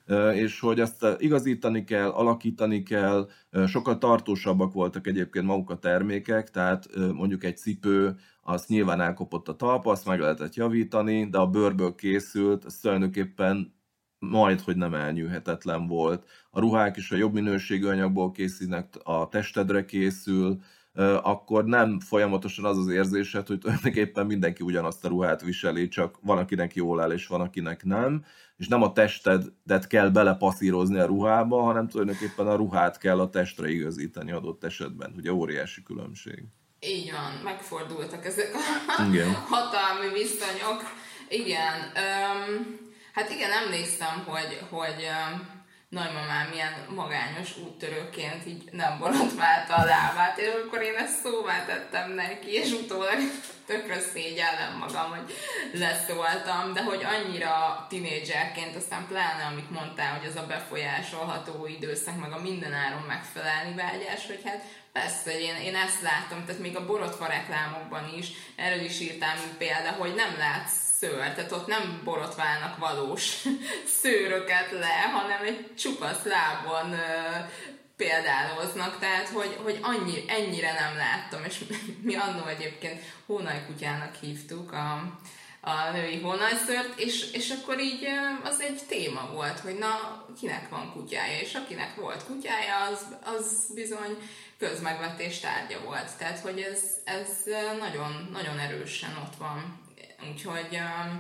A: és hogy ezt igazítani kell, alakítani kell, sokkal tartósabbak voltak egyébként maguk a termékek, tehát mondjuk egy cipő, azt nyilván elkopott a talpa, azt meg lehetett javítani, de a bőrből készült, ez tulajdonképpen majdhogy nem elnyűhetetlen volt. A ruhák is a jobb minőségű anyagból készülnek, a testedre készül, akkor nem folyamatosan az az érzésed, hogy tulajdonképpen mindenki ugyanazt a ruhát viseli, csak van, akinek jól áll, és van, akinek nem, és nem a testedet kell belepasszírozni a ruhába, hanem tulajdonképpen a ruhát kell a testre igazítani adott esetben. Ugye óriási különbség.
B: Így van, megfordultak ezek a
A: Igen.
B: hatalmi viszonyok. Igen, hát igen, emlékszem, hogy nagymamám ilyen magányos úttörőként így nem borotválta a lábát, és akkor én ezt szóvá tettem neki, és utólag tökre szégyellem magam, hogy leszóltam, de hogy annyira tinédzserként, aztán pláne, amit mondtál, hogy ez a befolyásolható időszak, meg a mindenáron megfelelni vágyás, hogy hát persze, hogy én ezt látom, tehát még a borotva reklámokban is, erről is írtál, mint példa, hogy nem látsz szőr, tehát ott nem borotválnak valós szőröket le, hanem egy csupasz lábon példáloznak, tehát hogy ennyire nem láttam, és mi annó egyébként hónajkutyának hívtuk a női hónajszőrt, és akkor így az egy téma volt, hogy na, kinek van kutyája, és akinek volt kutyája, az bizony közmegvetés tárgya volt. Tehát, hogy ez nagyon, nagyon erősen ott van. Úgyhogy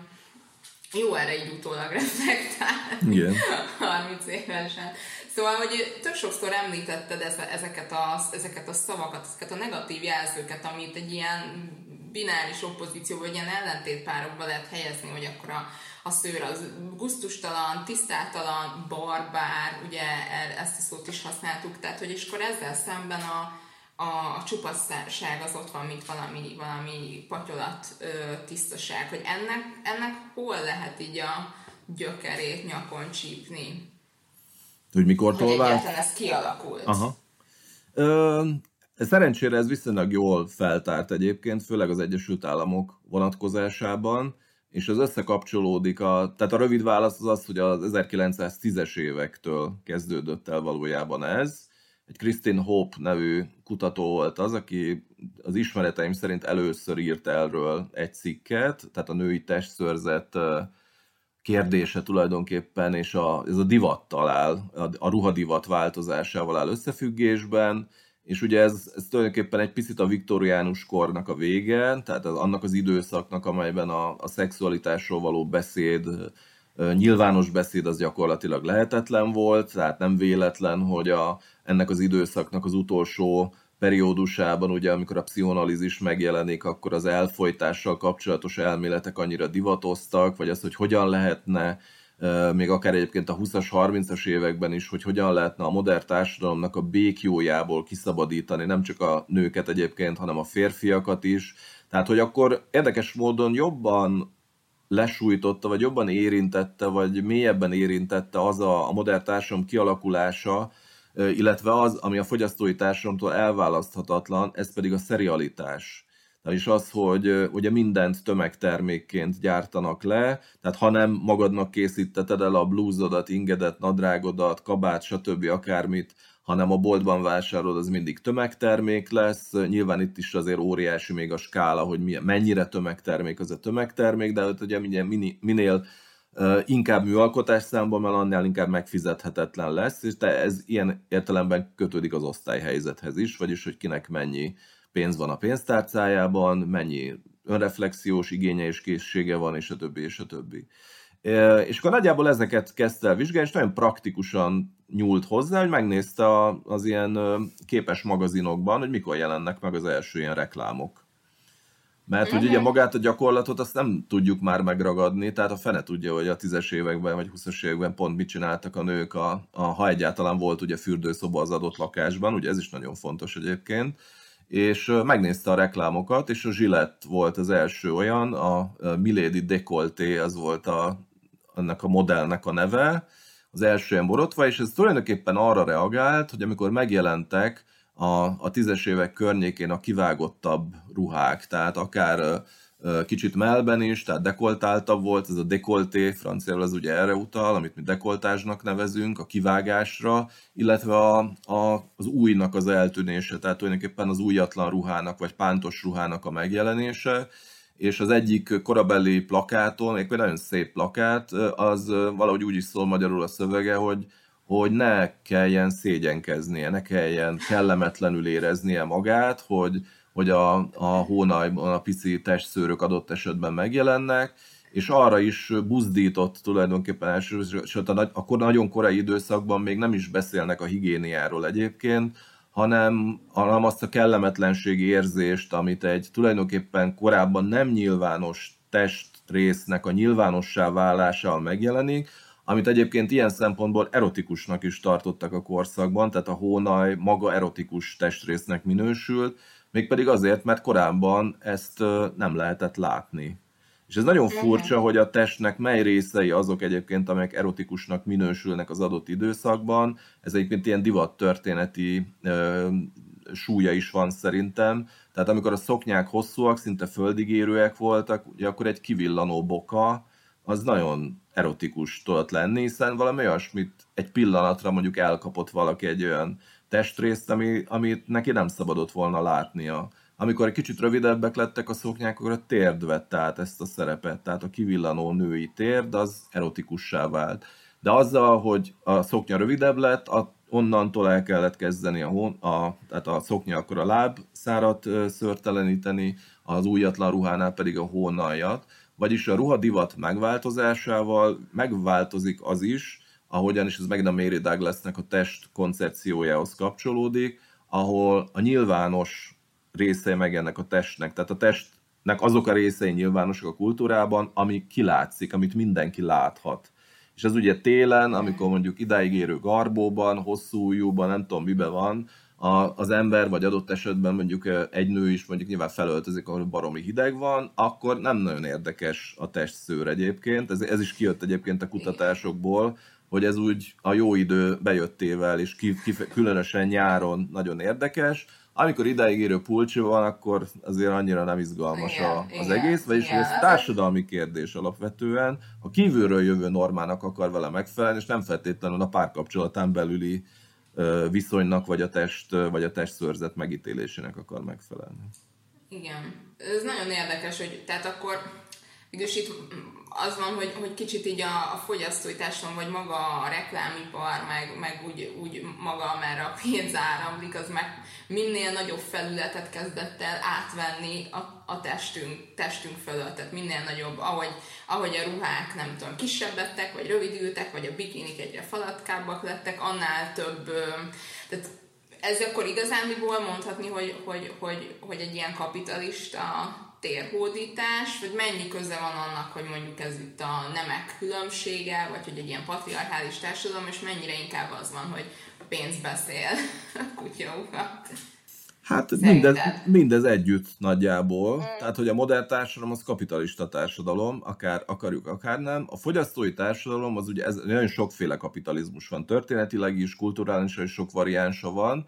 B: jó erre így utólag reflektálni.
A: Igen.
B: 30 évesen. Szóval, hogy tök sokszor említetted ezeket a szavakat, ezeket a negatív jelzőket, amit egy ilyen bináris opozíció, vagy ilyen ellentétpárokba lehet helyezni, hogy akkor a szőr az gusztustalan, tisztátalan, barbár, ugye ezt a szót is használtuk, tehát hogy és akkor ezzel szemben a csupasság az ott van, mint valami patyolat tisztaság, hogy ennek hol lehet így a gyökerét nyakon csípni?
A: Hogy mikortól vált?
B: Egyáltalán ez kialakult.
A: Aha. Szerencsére ez viszonylag jól feltárt egyébként, főleg az Egyesült Államok vonatkozásában, és az összekapcsolódik, tehát a rövid válasz az, hogy az 1910-es évektől kezdődött el valójában ez. Egy Christine Hope nevű kutató volt az, aki az ismereteim szerint először írt erről egy cikket, tehát a női testszőrzet kérdése tulajdonképpen, és ez a divattal áll, a ruhadivat változásával áll összefüggésben, és ugye ez tulajdonképpen egy picit a viktoriánus kornak a vége, tehát annak az időszaknak, amelyben a szexualitásról való beszéd, nyilvános beszéd az gyakorlatilag lehetetlen volt, tehát nem véletlen, hogy ennek az időszaknak az utolsó periódusában, ugye, amikor a pszichoanalízis megjelenik, akkor az elfojtással kapcsolatos elméletek annyira divatoztak, vagy az, hogy hogyan lehetne, még akár egyébként a 20-as, 30-as években is, hogy hogyan lehetne a modern társadalomnak a békjójából kiszabadítani, nem csak a nőket egyébként, hanem a férfiakat is. Tehát, hogy akkor érdekes módon jobban lesújtotta, vagy jobban érintette, vagy mélyebben érintette az a modern társadalom kialakulása, illetve az, ami a fogyasztói társadalomtól elválaszthatatlan, ez pedig a szerialitás. És az, hogy ugye mindent tömegtermékként gyártanak le, tehát ha nem magadnak készíteted el a blúzodat, ingedet, nadrágodat, kabát, stb. Akármit, hanem a boltban vásárolod, az mindig tömegtermék lesz. Nyilván itt is azért óriási még a skála, hogy mennyire tömegtermék az a tömegtermék, de ugye minél inkább műalkotás számban, mert annál inkább megfizethetetlen lesz, és ez ilyen értelemben kötődik az osztályhelyzethez is, vagyis hogy kinek mennyi pénz van a pénztárcájában, mennyi önreflexiós igénye és készsége van, és a többi, és a többi. És akkor nagyjából ezeket kezdte el vizsgálni, és nagyon praktikusan nyúlt hozzá, hogy megnézte az ilyen képes magazinokban, hogy mikor jelennek meg az első ilyen reklámok. Mert hogy ugye magát a gyakorlatot azt nem tudjuk már megragadni, tehát a fene tudja, hogy a 10-es években vagy 20-as években pont mit csináltak a nők, ha egyáltalán volt ugye fürdőszoba az adott lakásban, ugye ez is nagyon fontos egyébként, és megnézte a reklámokat, és a Gillette volt az első olyan, a Milady Decolleté, az volt ennek a modellnek a neve, az első ilyen borotva, és ez tulajdonképpen arra reagált, hogy amikor megjelentek a 10-es évek környékén a kivágottabb ruhák, tehát akár kicsit mellben is, tehát dekoltáltabb volt, ez a dekolté, franciául az ugye erre utal, amit mi dekoltázsnak nevezünk, a kivágásra, illetve az újnak az eltűnése, tehát tulajdonképpen az újatlan ruhának, vagy pántos ruhának a megjelenése, és az egyik korabeli plakáton, még nagyon szép plakát, az valahogy úgy is szól magyarul a szövege, hogy ne kelljen szégyenkeznie, ne kelljen kellemetlenül éreznie magát, hogy a hónajban a pici testszőrök adott esetben megjelennek, és arra is buzdított tulajdonképpen elsősorban, akkor nagyon korai időszakban még nem is beszélnek a higiéniáról egyébként, hanem azt a kellemetlenségi érzést, amit egy tulajdonképpen korábban nem nyilvános testrésznek a nyilvánossá válásával megjelenik, amit egyébként ilyen szempontból erotikusnak is tartottak a korszakban, tehát a hónaj maga erotikus testrésznek minősült, mégpedig azért, mert korábban ezt nem lehetett látni. És ez nagyon furcsa, hogy a testnek mely részei azok egyébként, amelyek erotikusnak minősülnek az adott időszakban. Ez egyébként ilyen divattörténeti súlya is van szerintem. Tehát amikor a szoknyák hosszúak, szinte földigérőek voltak, ugye akkor egy kivillanó boka, az nagyon erotikus tudott lenni, hiszen valami olyasmit egy pillanatra mondjuk elkapott valaki egy olyan testrészt, amit neki nem szabadott volna látnia. Amikor egy kicsit rövidebbek lettek a szoknyák, akkor a térd vett át ezt a szerepet, tehát a kivillanó női térd az erotikussá vált. De azzal, hogy a szoknya rövidebb lett, onnantól el kellett kezdeni tehát a szoknya akkor a lábszárat szőrteleníteni, az újatlan ruhánál pedig a hónaljat. Vagyis a ruhadivat megváltozásával megváltozik az is, ahogyan is ez megint a Mary Douglasnek a test koncepciójához kapcsolódik, ahol a nyilvános részei megjelennek a testnek. Tehát a testnek azok a részei nyilvánosak a kultúrában, ami kilátszik, amit mindenki láthat. És ez ugye télen, amikor mondjuk idáig érő garbóban, hosszú ujjúban, nem tudom miben van, az ember, vagy adott esetben mondjuk egy nő is mondjuk nyilván felöltözik, ahol baromi hideg van, akkor nem nagyon érdekes a testszőr egyébként. Ez is kijött egyébként a kutatásokból, hogy ez úgy a jó idő bejöttével, és különösen nyáron nagyon érdekes. Amikor idáig érő pulcsi van, akkor azért annyira nem izgalmas az egész, vagyis ez társadalmi kérdés alapvetően. A kívülről jövő normának akar vele megfelelni, és nem feltétlenül a párkapcsolatán belüli viszonynak, vagy a testszőrzet megítélésének akar megfelelni.
B: Igen. Ez nagyon érdekes, hogy tehát akkor mégis itt az van, hogy kicsit így a fogyasztói társadalom, vagy maga a reklámipar, meg úgy maga, amerre a pénz áramlik, az meg minél nagyobb felületet kezdett el átvenni a testünk fölött. Tehát minél nagyobb, ahogy a ruhák, nem tudom, kisebb lettek, vagy rövidültek, vagy a bikinik egyre falatkábbak lettek, annál több. Tehát ez akkor igazándiból mondhatni, hogy egy ilyen kapitalista térhódítás, vagy mennyi köze van annak, hogy mondjuk ez itt a nemek különbsége, vagy hogy egy ilyen patriarchális társadalom, és mennyire inkább az van, hogy pénz beszél kutyaukat.
A: Hát mindez együtt nagyjából. Tehát, hogy a modern társadalom az kapitalista társadalom, akár akarjuk, akár nem. A fogyasztói társadalom az ugye nagyon sokféle kapitalizmus van. Történetileg is, kulturálisan is sok variánsa van.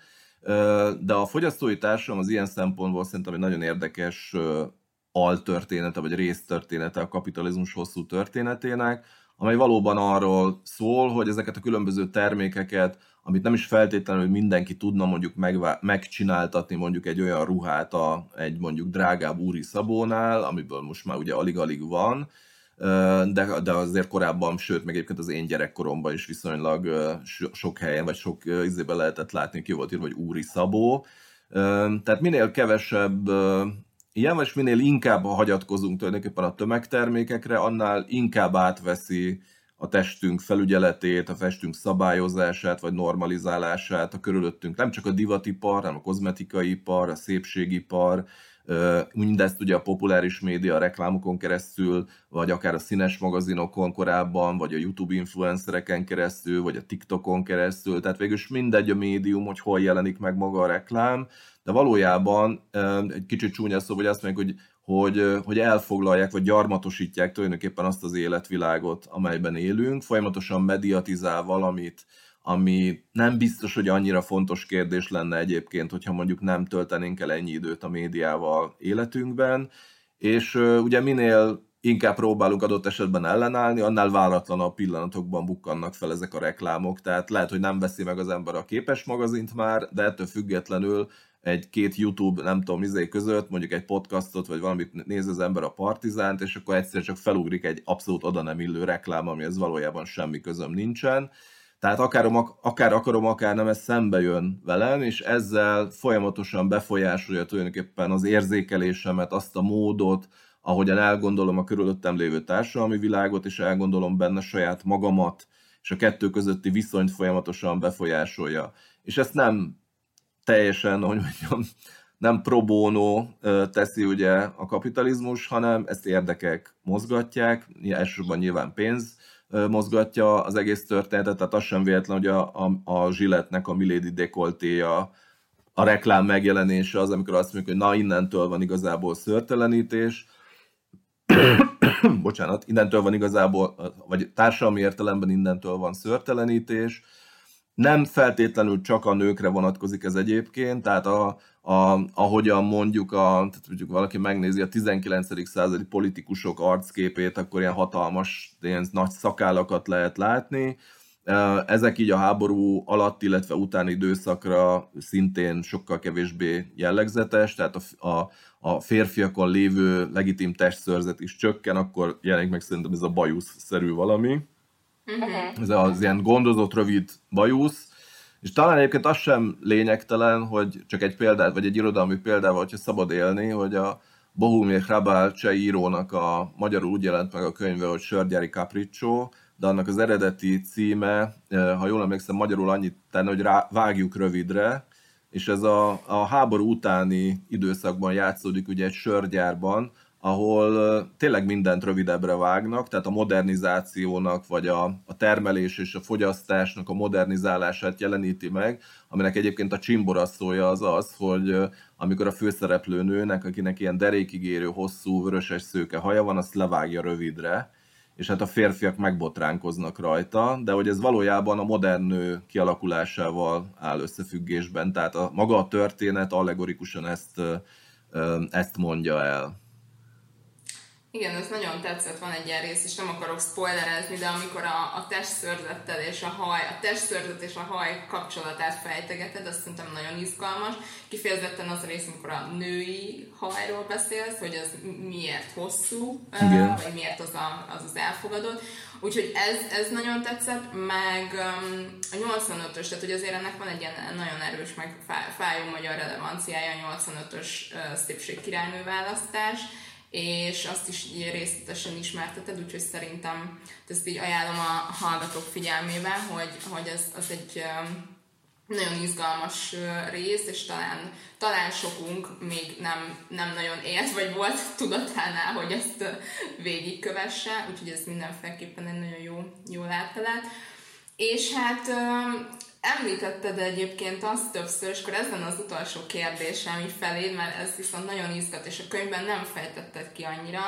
A: De a fogyasztói társadalom az ilyen szempontból szerintem egy nagyon érdekes altörténete, vagy résztörténete a kapitalizmus hosszú történetének, amely valóban arról szól, hogy ezeket a különböző termékeket, amit nem is feltétlenül mindenki tudna mondjuk megcsináltatni mondjuk egy olyan ruhát egy mondjuk drágább úri szabónál, amiből most már ugye alig-alig van, de azért korábban, sőt, meg egyébként az én gyerekkoromban is viszonylag sok helyen, vagy sok izében lehetett látni, ki volt írva, hogy úri szabó. Tehát minél kevesebb ilyen, vagy minél inkább hagyatkozunk tulajdonképpen a tömegtermékekre, annál inkább átveszi a testünk felügyeletét, a testünk szabályozását, vagy normalizálását a körülöttünk. Nem csak a divatipar, hanem a kozmetikai ipar, a szépségipar, mindezt ugye a populáris média, a reklámokon keresztül, vagy akár a színes magazinokon korábban, vagy a YouTube influencereken keresztül, vagy a TikTokon keresztül, tehát végülis mindegy a médium, hogy hol jelenik meg maga a reklám, de valójában egy kicsit csúnya szó, hogy azt mondják, hogy elfoglalják, vagy gyarmatosítják tulajdonképpen azt az életvilágot, amelyben élünk, folyamatosan mediatizál valamit, ami nem biztos, hogy annyira fontos kérdés lenne egyébként, hogyha mondjuk nem töltenénk el ennyi időt a médiával életünkben, és ugye minél inkább próbálunk adott esetben ellenállni, annál váratlanabb pillanatokban bukkannak fel ezek a reklámok, tehát lehet, hogy nem veszi meg az ember a Képes magazint már, de ettől függetlenül egy-két YouTube, nem tudom, között, mondjuk egy podcastot, vagy valamit néz az ember a Partizánt, és akkor egyszer csak felugrik egy abszolút oda nem illő reklám, amihez valójában semmi közöm nincsen. Tehát akár akarom, akár nem, ez szembe jön velem, és ezzel folyamatosan befolyásolja tulajdonképpen az érzékelésemet, azt a módot, ahogyan elgondolom a körülöttem lévő társadalmi világot, és elgondolom benne saját magamat, és a kettő közötti viszonyt folyamatosan befolyásolja. És ezt nem teljesen, hogy mondjam, nem pro bono teszi ugye a kapitalizmus, hanem ezt érdekek mozgatják, elsősorban nyilván pénz mozgatja az egész történetet, tehát az sem véletlen, hogy a Gillette-nek a Milady dekoltéja, a reklám megjelenése az, amikor azt mondjuk, hogy na innentől van igazából szőrtelenítés, bocsánat, innentől van igazából, vagy társadalmi értelemben innentől van szőrtelenítés. Nem feltétlenül csak a nőkre vonatkozik ez egyébként, tehát ahogyan mondjuk, tehát mondjuk valaki megnézi a 19. századi politikusok arcképét, akkor ilyen hatalmas, ilyen nagy szakállakat lehet látni. Ezek így a háború alatt, illetve utáni időszakra szintén sokkal kevésbé jellegzetes, tehát a férfiakon lévő legitim testszörzet is csökken, akkor jelenik meg szerintem ez a bajusz-szerű valami. Ez az ilyen gondozott, rövid bajusz, és talán egyébként az sem lényegtelen, hogy csak egy példát, vagy egy irodalmi példával, hogyha szabad élni, hogy a Bohumil Hrabal cseh írónak a magyarul úgy jelent meg a könyve, hogy Sörgyári Capriccio, de annak az eredeti címe, ha jól emlékszem, magyarul annyit tenne, hogy vágjuk rövidre, és ez a háború utáni időszakban játszódik ugye egy sörgyárban, ahol tényleg mindent rövidebbre vágnak, tehát a modernizációnak, vagy a termelés és a fogyasztásnak a modernizálását jeleníti meg, aminek egyébként a csimboraszója az, hogy amikor a főszereplő nőnek, akinek ilyen derékig érő, hosszú, vöröses szőke haja van, azt levágja rövidre, és hát a férfiak megbotránkoznak rajta, de hogy ez valójában a modern nő kialakulásával áll összefüggésben, tehát maga a történet allegorikusan ezt mondja el.
B: Igen, ez nagyon tetszett, van egy ilyen rész, és nem akarok spoilerezni, de amikor a testszörzettel és a testszörzet és a haj kapcsolatát fejtegeted, azt szerintem nagyon izgalmas. Kifejezetten az a rész, amikor a női hajról beszélsz, hogy az miért hosszú, vagy miért az elfogadott. Úgyhogy ez nagyon tetszett, meg a 85-ös, tehát hogy azért ennek van egy ilyen nagyon erős, meg fájó magyar relevanciája, a 85-ös szépségkirálynő választás, és azt is részletesen ismerteted, úgyhogy szerintem ezt így ajánlom a hallgatók figyelmébe, hogy ez egy nagyon izgalmas rész, és talán sokunk még nem nagyon élt, vagy volt tudatánál, hogy ezt végigkövesse, úgyhogy ez mindenféleképpen egy nagyon jó láttalát. És hát említetted egyébként azt többször, és akkor ez lenne az utolsó kérdésem így feléd, mert ez viszont nagyon izgat, és a könyvben nem fejtetted ki annyira,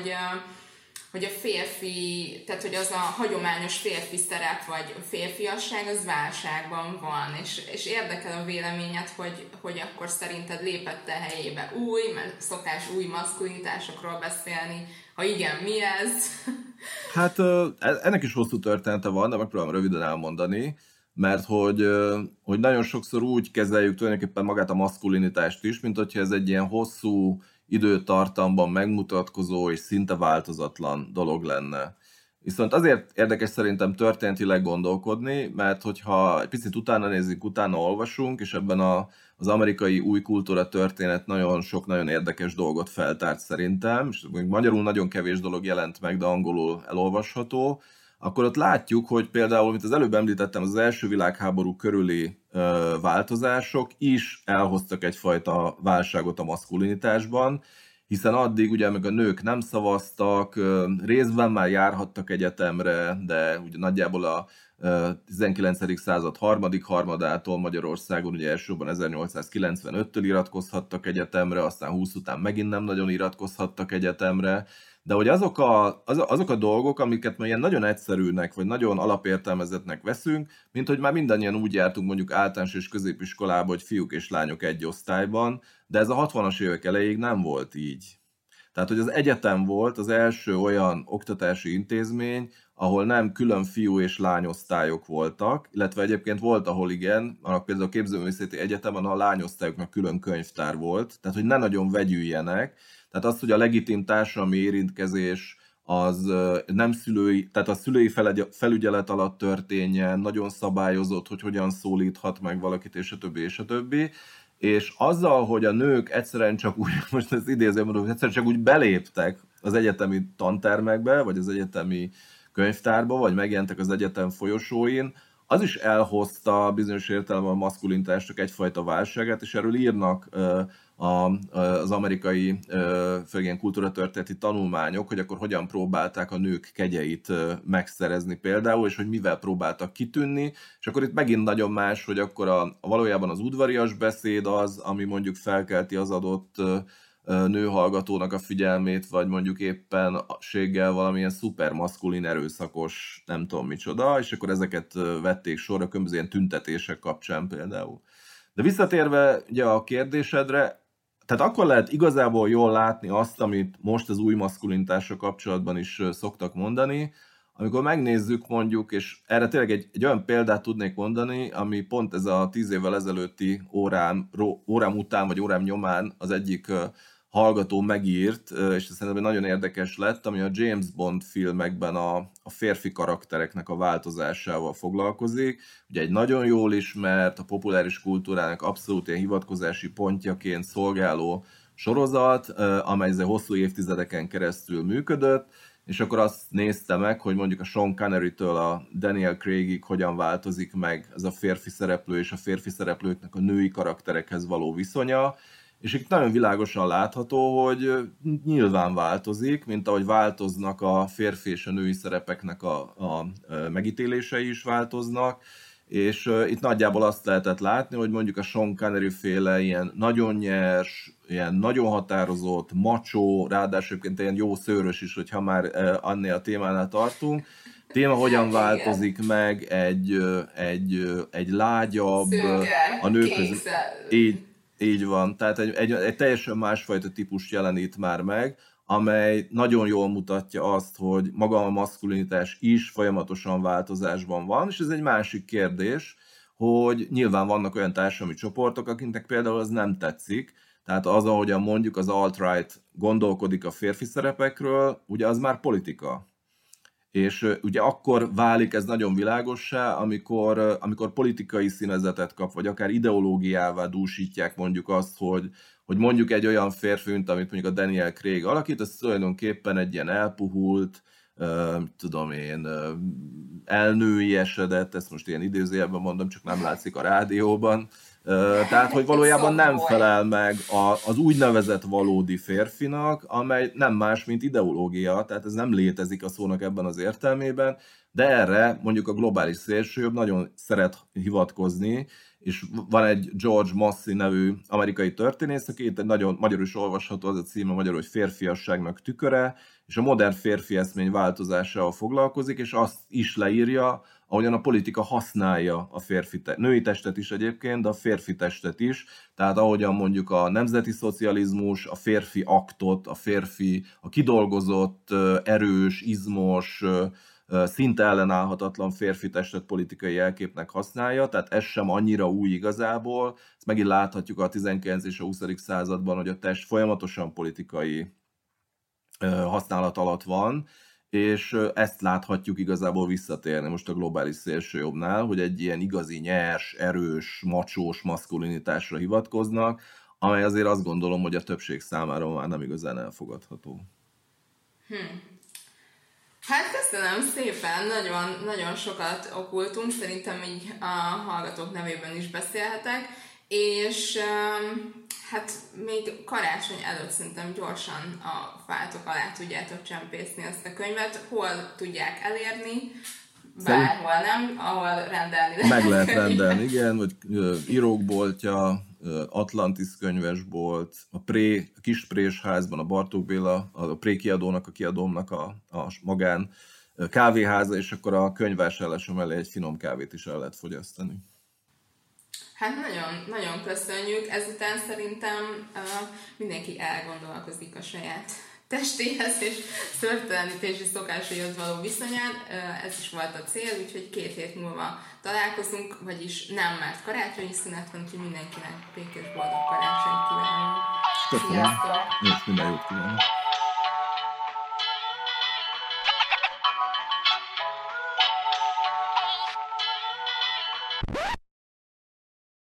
B: hogy a férfi, tehát hogy az a hagyományos férfi szerep, vagy férfiasság, az válságban van, és érdekel a véleményed, hogy akkor szerinted lépett-e helyébe mert szokás új maszkulinitásokról beszélni, ha igen, mi ez?
A: Hát ennek is hosszú története van, de megpróbálom röviden elmondani, mert hogy nagyon sokszor úgy kezeljük tulajdonképpen magát a maszkulinitást is, mint hogyha ez egy ilyen hosszú időtartamban megmutatkozó és szinte változatlan dolog lenne. Viszont azért érdekes szerintem történetileg gondolkodni, mert hogyha egy picit utána nézzük, utána olvasunk, és ebben az amerikai új kultúra történet nagyon sok nagyon érdekes dolgot feltárt szerintem, és magyarul nagyon kevés dolog jelent meg, de angolul elolvasható, akkor ott látjuk, hogy például, mint az előbb említettem, az első világháború körüli változások is elhoztak egyfajta válságot a maszkulinitásban, hiszen addig ugye meg a nők nem szavaztak, részben már járhattak egyetemre, de ugye nagyjából a 19. század harmadik harmadától Magyarországon ugye elsősorban 1895-től iratkozhattak egyetemre, aztán 20 után megint nem nagyon iratkozhattak egyetemre, de hogy azok a dolgok, amiket már ilyen nagyon egyszerűnek, vagy nagyon alapértelmezetnek veszünk, mint hogy már mindannyian úgy jártunk mondjuk általános és középiskolában, hogy fiúk és lányok egy osztályban, de ez a 60-as évek elejéig nem volt így. Tehát, hogy az egyetem volt az első olyan oktatási intézmény, ahol nem külön fiú és lányosztályok voltak, illetve egyébként volt, ahol igen, például a Képzőművészeti Egyetemen a lányosztályoknak külön könyvtár volt, tehát hogy ne nagyon vegyüljenek. Tehát az, hogy a legitim társadalmi érintkezés az nem szülői, tehát a szülői felügyelet alatt történjen, nagyon szabályozott, hogy hogyan szólíthat meg valakit, és a többi, és a többi. És azzal, hogy a nők egyszerűen csak úgy, most ezt idézem, mondom, hogy egyszerűen csak úgy beléptek az egyetemi tantermekbe, vagy az egyetemi könyvtárba, vagy megjelentek az egyetem folyosóin, az is elhozta bizonyos értelemben a maszkulinitásnak egyfajta válságát, és erről írnak az amerikai főleg kultúratörténeti tanulmányok, hogy akkor hogyan próbálták a nők kegyeit megszerezni például, és hogy mivel próbáltak kitűnni, és akkor itt megint nagyon más, hogy akkor valójában az udvarias beszéd az, ami mondjuk felkelti az adott nőhallgatónak a figyelmét, vagy mondjuk éppenséggel valamilyen szupermaszkulin erőszakos nem tudom micsoda, és akkor ezeket vették sorra különböző ilyen tüntetések kapcsán például. De visszatérve ugye a kérdésedre, tehát akkor lehet igazából jól látni azt, amit most az új maszkulinitással kapcsolatban is szoktak mondani, amikor megnézzük mondjuk, és erre tényleg egy olyan példát tudnék mondani, ami pont ez a 10 évvel ezelőtti órám után, vagy órám nyomán az egyik hallgató megírt, és szerintem nagyon érdekes lett, ami a James Bond filmekben a férfi karaktereknek a változásával foglalkozik. Ugye egy nagyon jól ismert, a populáris kultúrának abszolút ilyen hivatkozási pontjaként szolgáló sorozat, amely hosszú évtizedeken keresztül működött, és akkor azt nézte meg, hogy mondjuk a Sean Connery-től a Daniel Craigig hogyan változik meg ez a férfi szereplő és a férfi szereplőknek a női karakterekhez való viszonya, és itt nagyon világosan látható, hogy nyilván változik, mint ahogy változnak a férfi és a női szerepeknek a megítélései is változnak, és itt nagyjából azt lehetett látni, hogy mondjuk a Sean Connery féle ilyen nagyon nyers, ilyen nagyon határozott, macsó, ráadásul ilyen jó szőrös is, hogyha már annél a témánál tartunk, téma hogyan változik meg egy lágyabb, a nőkhöz... Így van, tehát egy teljesen másfajta típust jelenít már meg, amely nagyon jól mutatja azt, hogy maga a maszkulinitás is folyamatosan változásban van, és ez egy másik kérdés, hogy nyilván vannak olyan társadalmi csoportok, akiknek például az nem tetszik, tehát az, ahogyan mondjuk az alt-right gondolkodik a férfi szerepekről, ugye az már politika. És ugye akkor válik ez nagyon világossá, amikor politikai színezetet kap, vagy akár ideológiává dúsítják mondjuk azt, hogy mondjuk egy olyan férfi, mint amit mondjuk a Daniel Craig alakít, az tulajdonképpen egy ilyen elpuhult, tudom én, elnői esedett, ezt most ilyen idézőjelben mondom, csak nem látszik a rádióban, tehát, hogy valójában nem felel meg az úgynevezett valódi férfinak, amely nem más, mint ideológia, tehát ez nem létezik a szónak ebben az értelmében, de erre mondjuk a globális szélsőjobb nagyon szeret hivatkozni, és van egy George Massey nevű amerikai történész, aki itt egy nagyon magyarul is olvasható, az a címe magyarul, hogy Férfiasságnak tüköre, és a modern férfi eszmény változásával foglalkozik, és azt is leírja, ahogyan a politika használja a női testet is egyébként, de a férfi testet is, tehát ahogyan mondjuk a nemzeti szocializmus, a férfi aktot, a kidolgozott, erős, izmos, szinte ellenállhatatlan férfi testet politikai jelképnek használja, tehát ez sem annyira új igazából. Ezt megint láthatjuk a 19. és a 20. században, hogy a test folyamatosan politikai használat alatt van, és ezt láthatjuk igazából visszatérni most a globális szélsőjobbnál, hogy egy ilyen igazi nyers, erős, macsós maszkulinitásra hivatkoznak, amely azért azt gondolom, hogy a többség számára már nem igazán elfogadható.
B: Hát köszönöm szépen, nagyon, nagyon sokat okultunk, szerintem így a hallgatók nevében is beszélhetek, és hát még karácsony előtt szerintem gyorsan a fátok alá tudjátok csempészni ezt a könyvet, hol tudják elérni, bárhol nem, ahol rendelni lehet.
A: Meg lehet rendelni, igen, vagy írókboltja, Atlantis könyvesbolt, a Kisprésházban, a Bartók Béla, a Pré kiadónak, a kiadómnak a magán kávéháza, és akkor a könyvvásárlása mellé egy finom kávét is el lehet fogyasztani.
B: Hát nagyon, nagyon köszönjük. Ezután szerintem mindenki elgondolkozik a saját testéhez és szőrtelenítési szokásaihoz való viszonyán. Ez is volt a cél, úgyhogy 2 hét múlva találkozunk, vagyis nem, mert karácsonyi szünet van, úgyhogy mindenkinek békés boldog karácsonyt kívánunk.
A: Köszönöm.
B: Sziasztok!
A: És minden jót kívánok!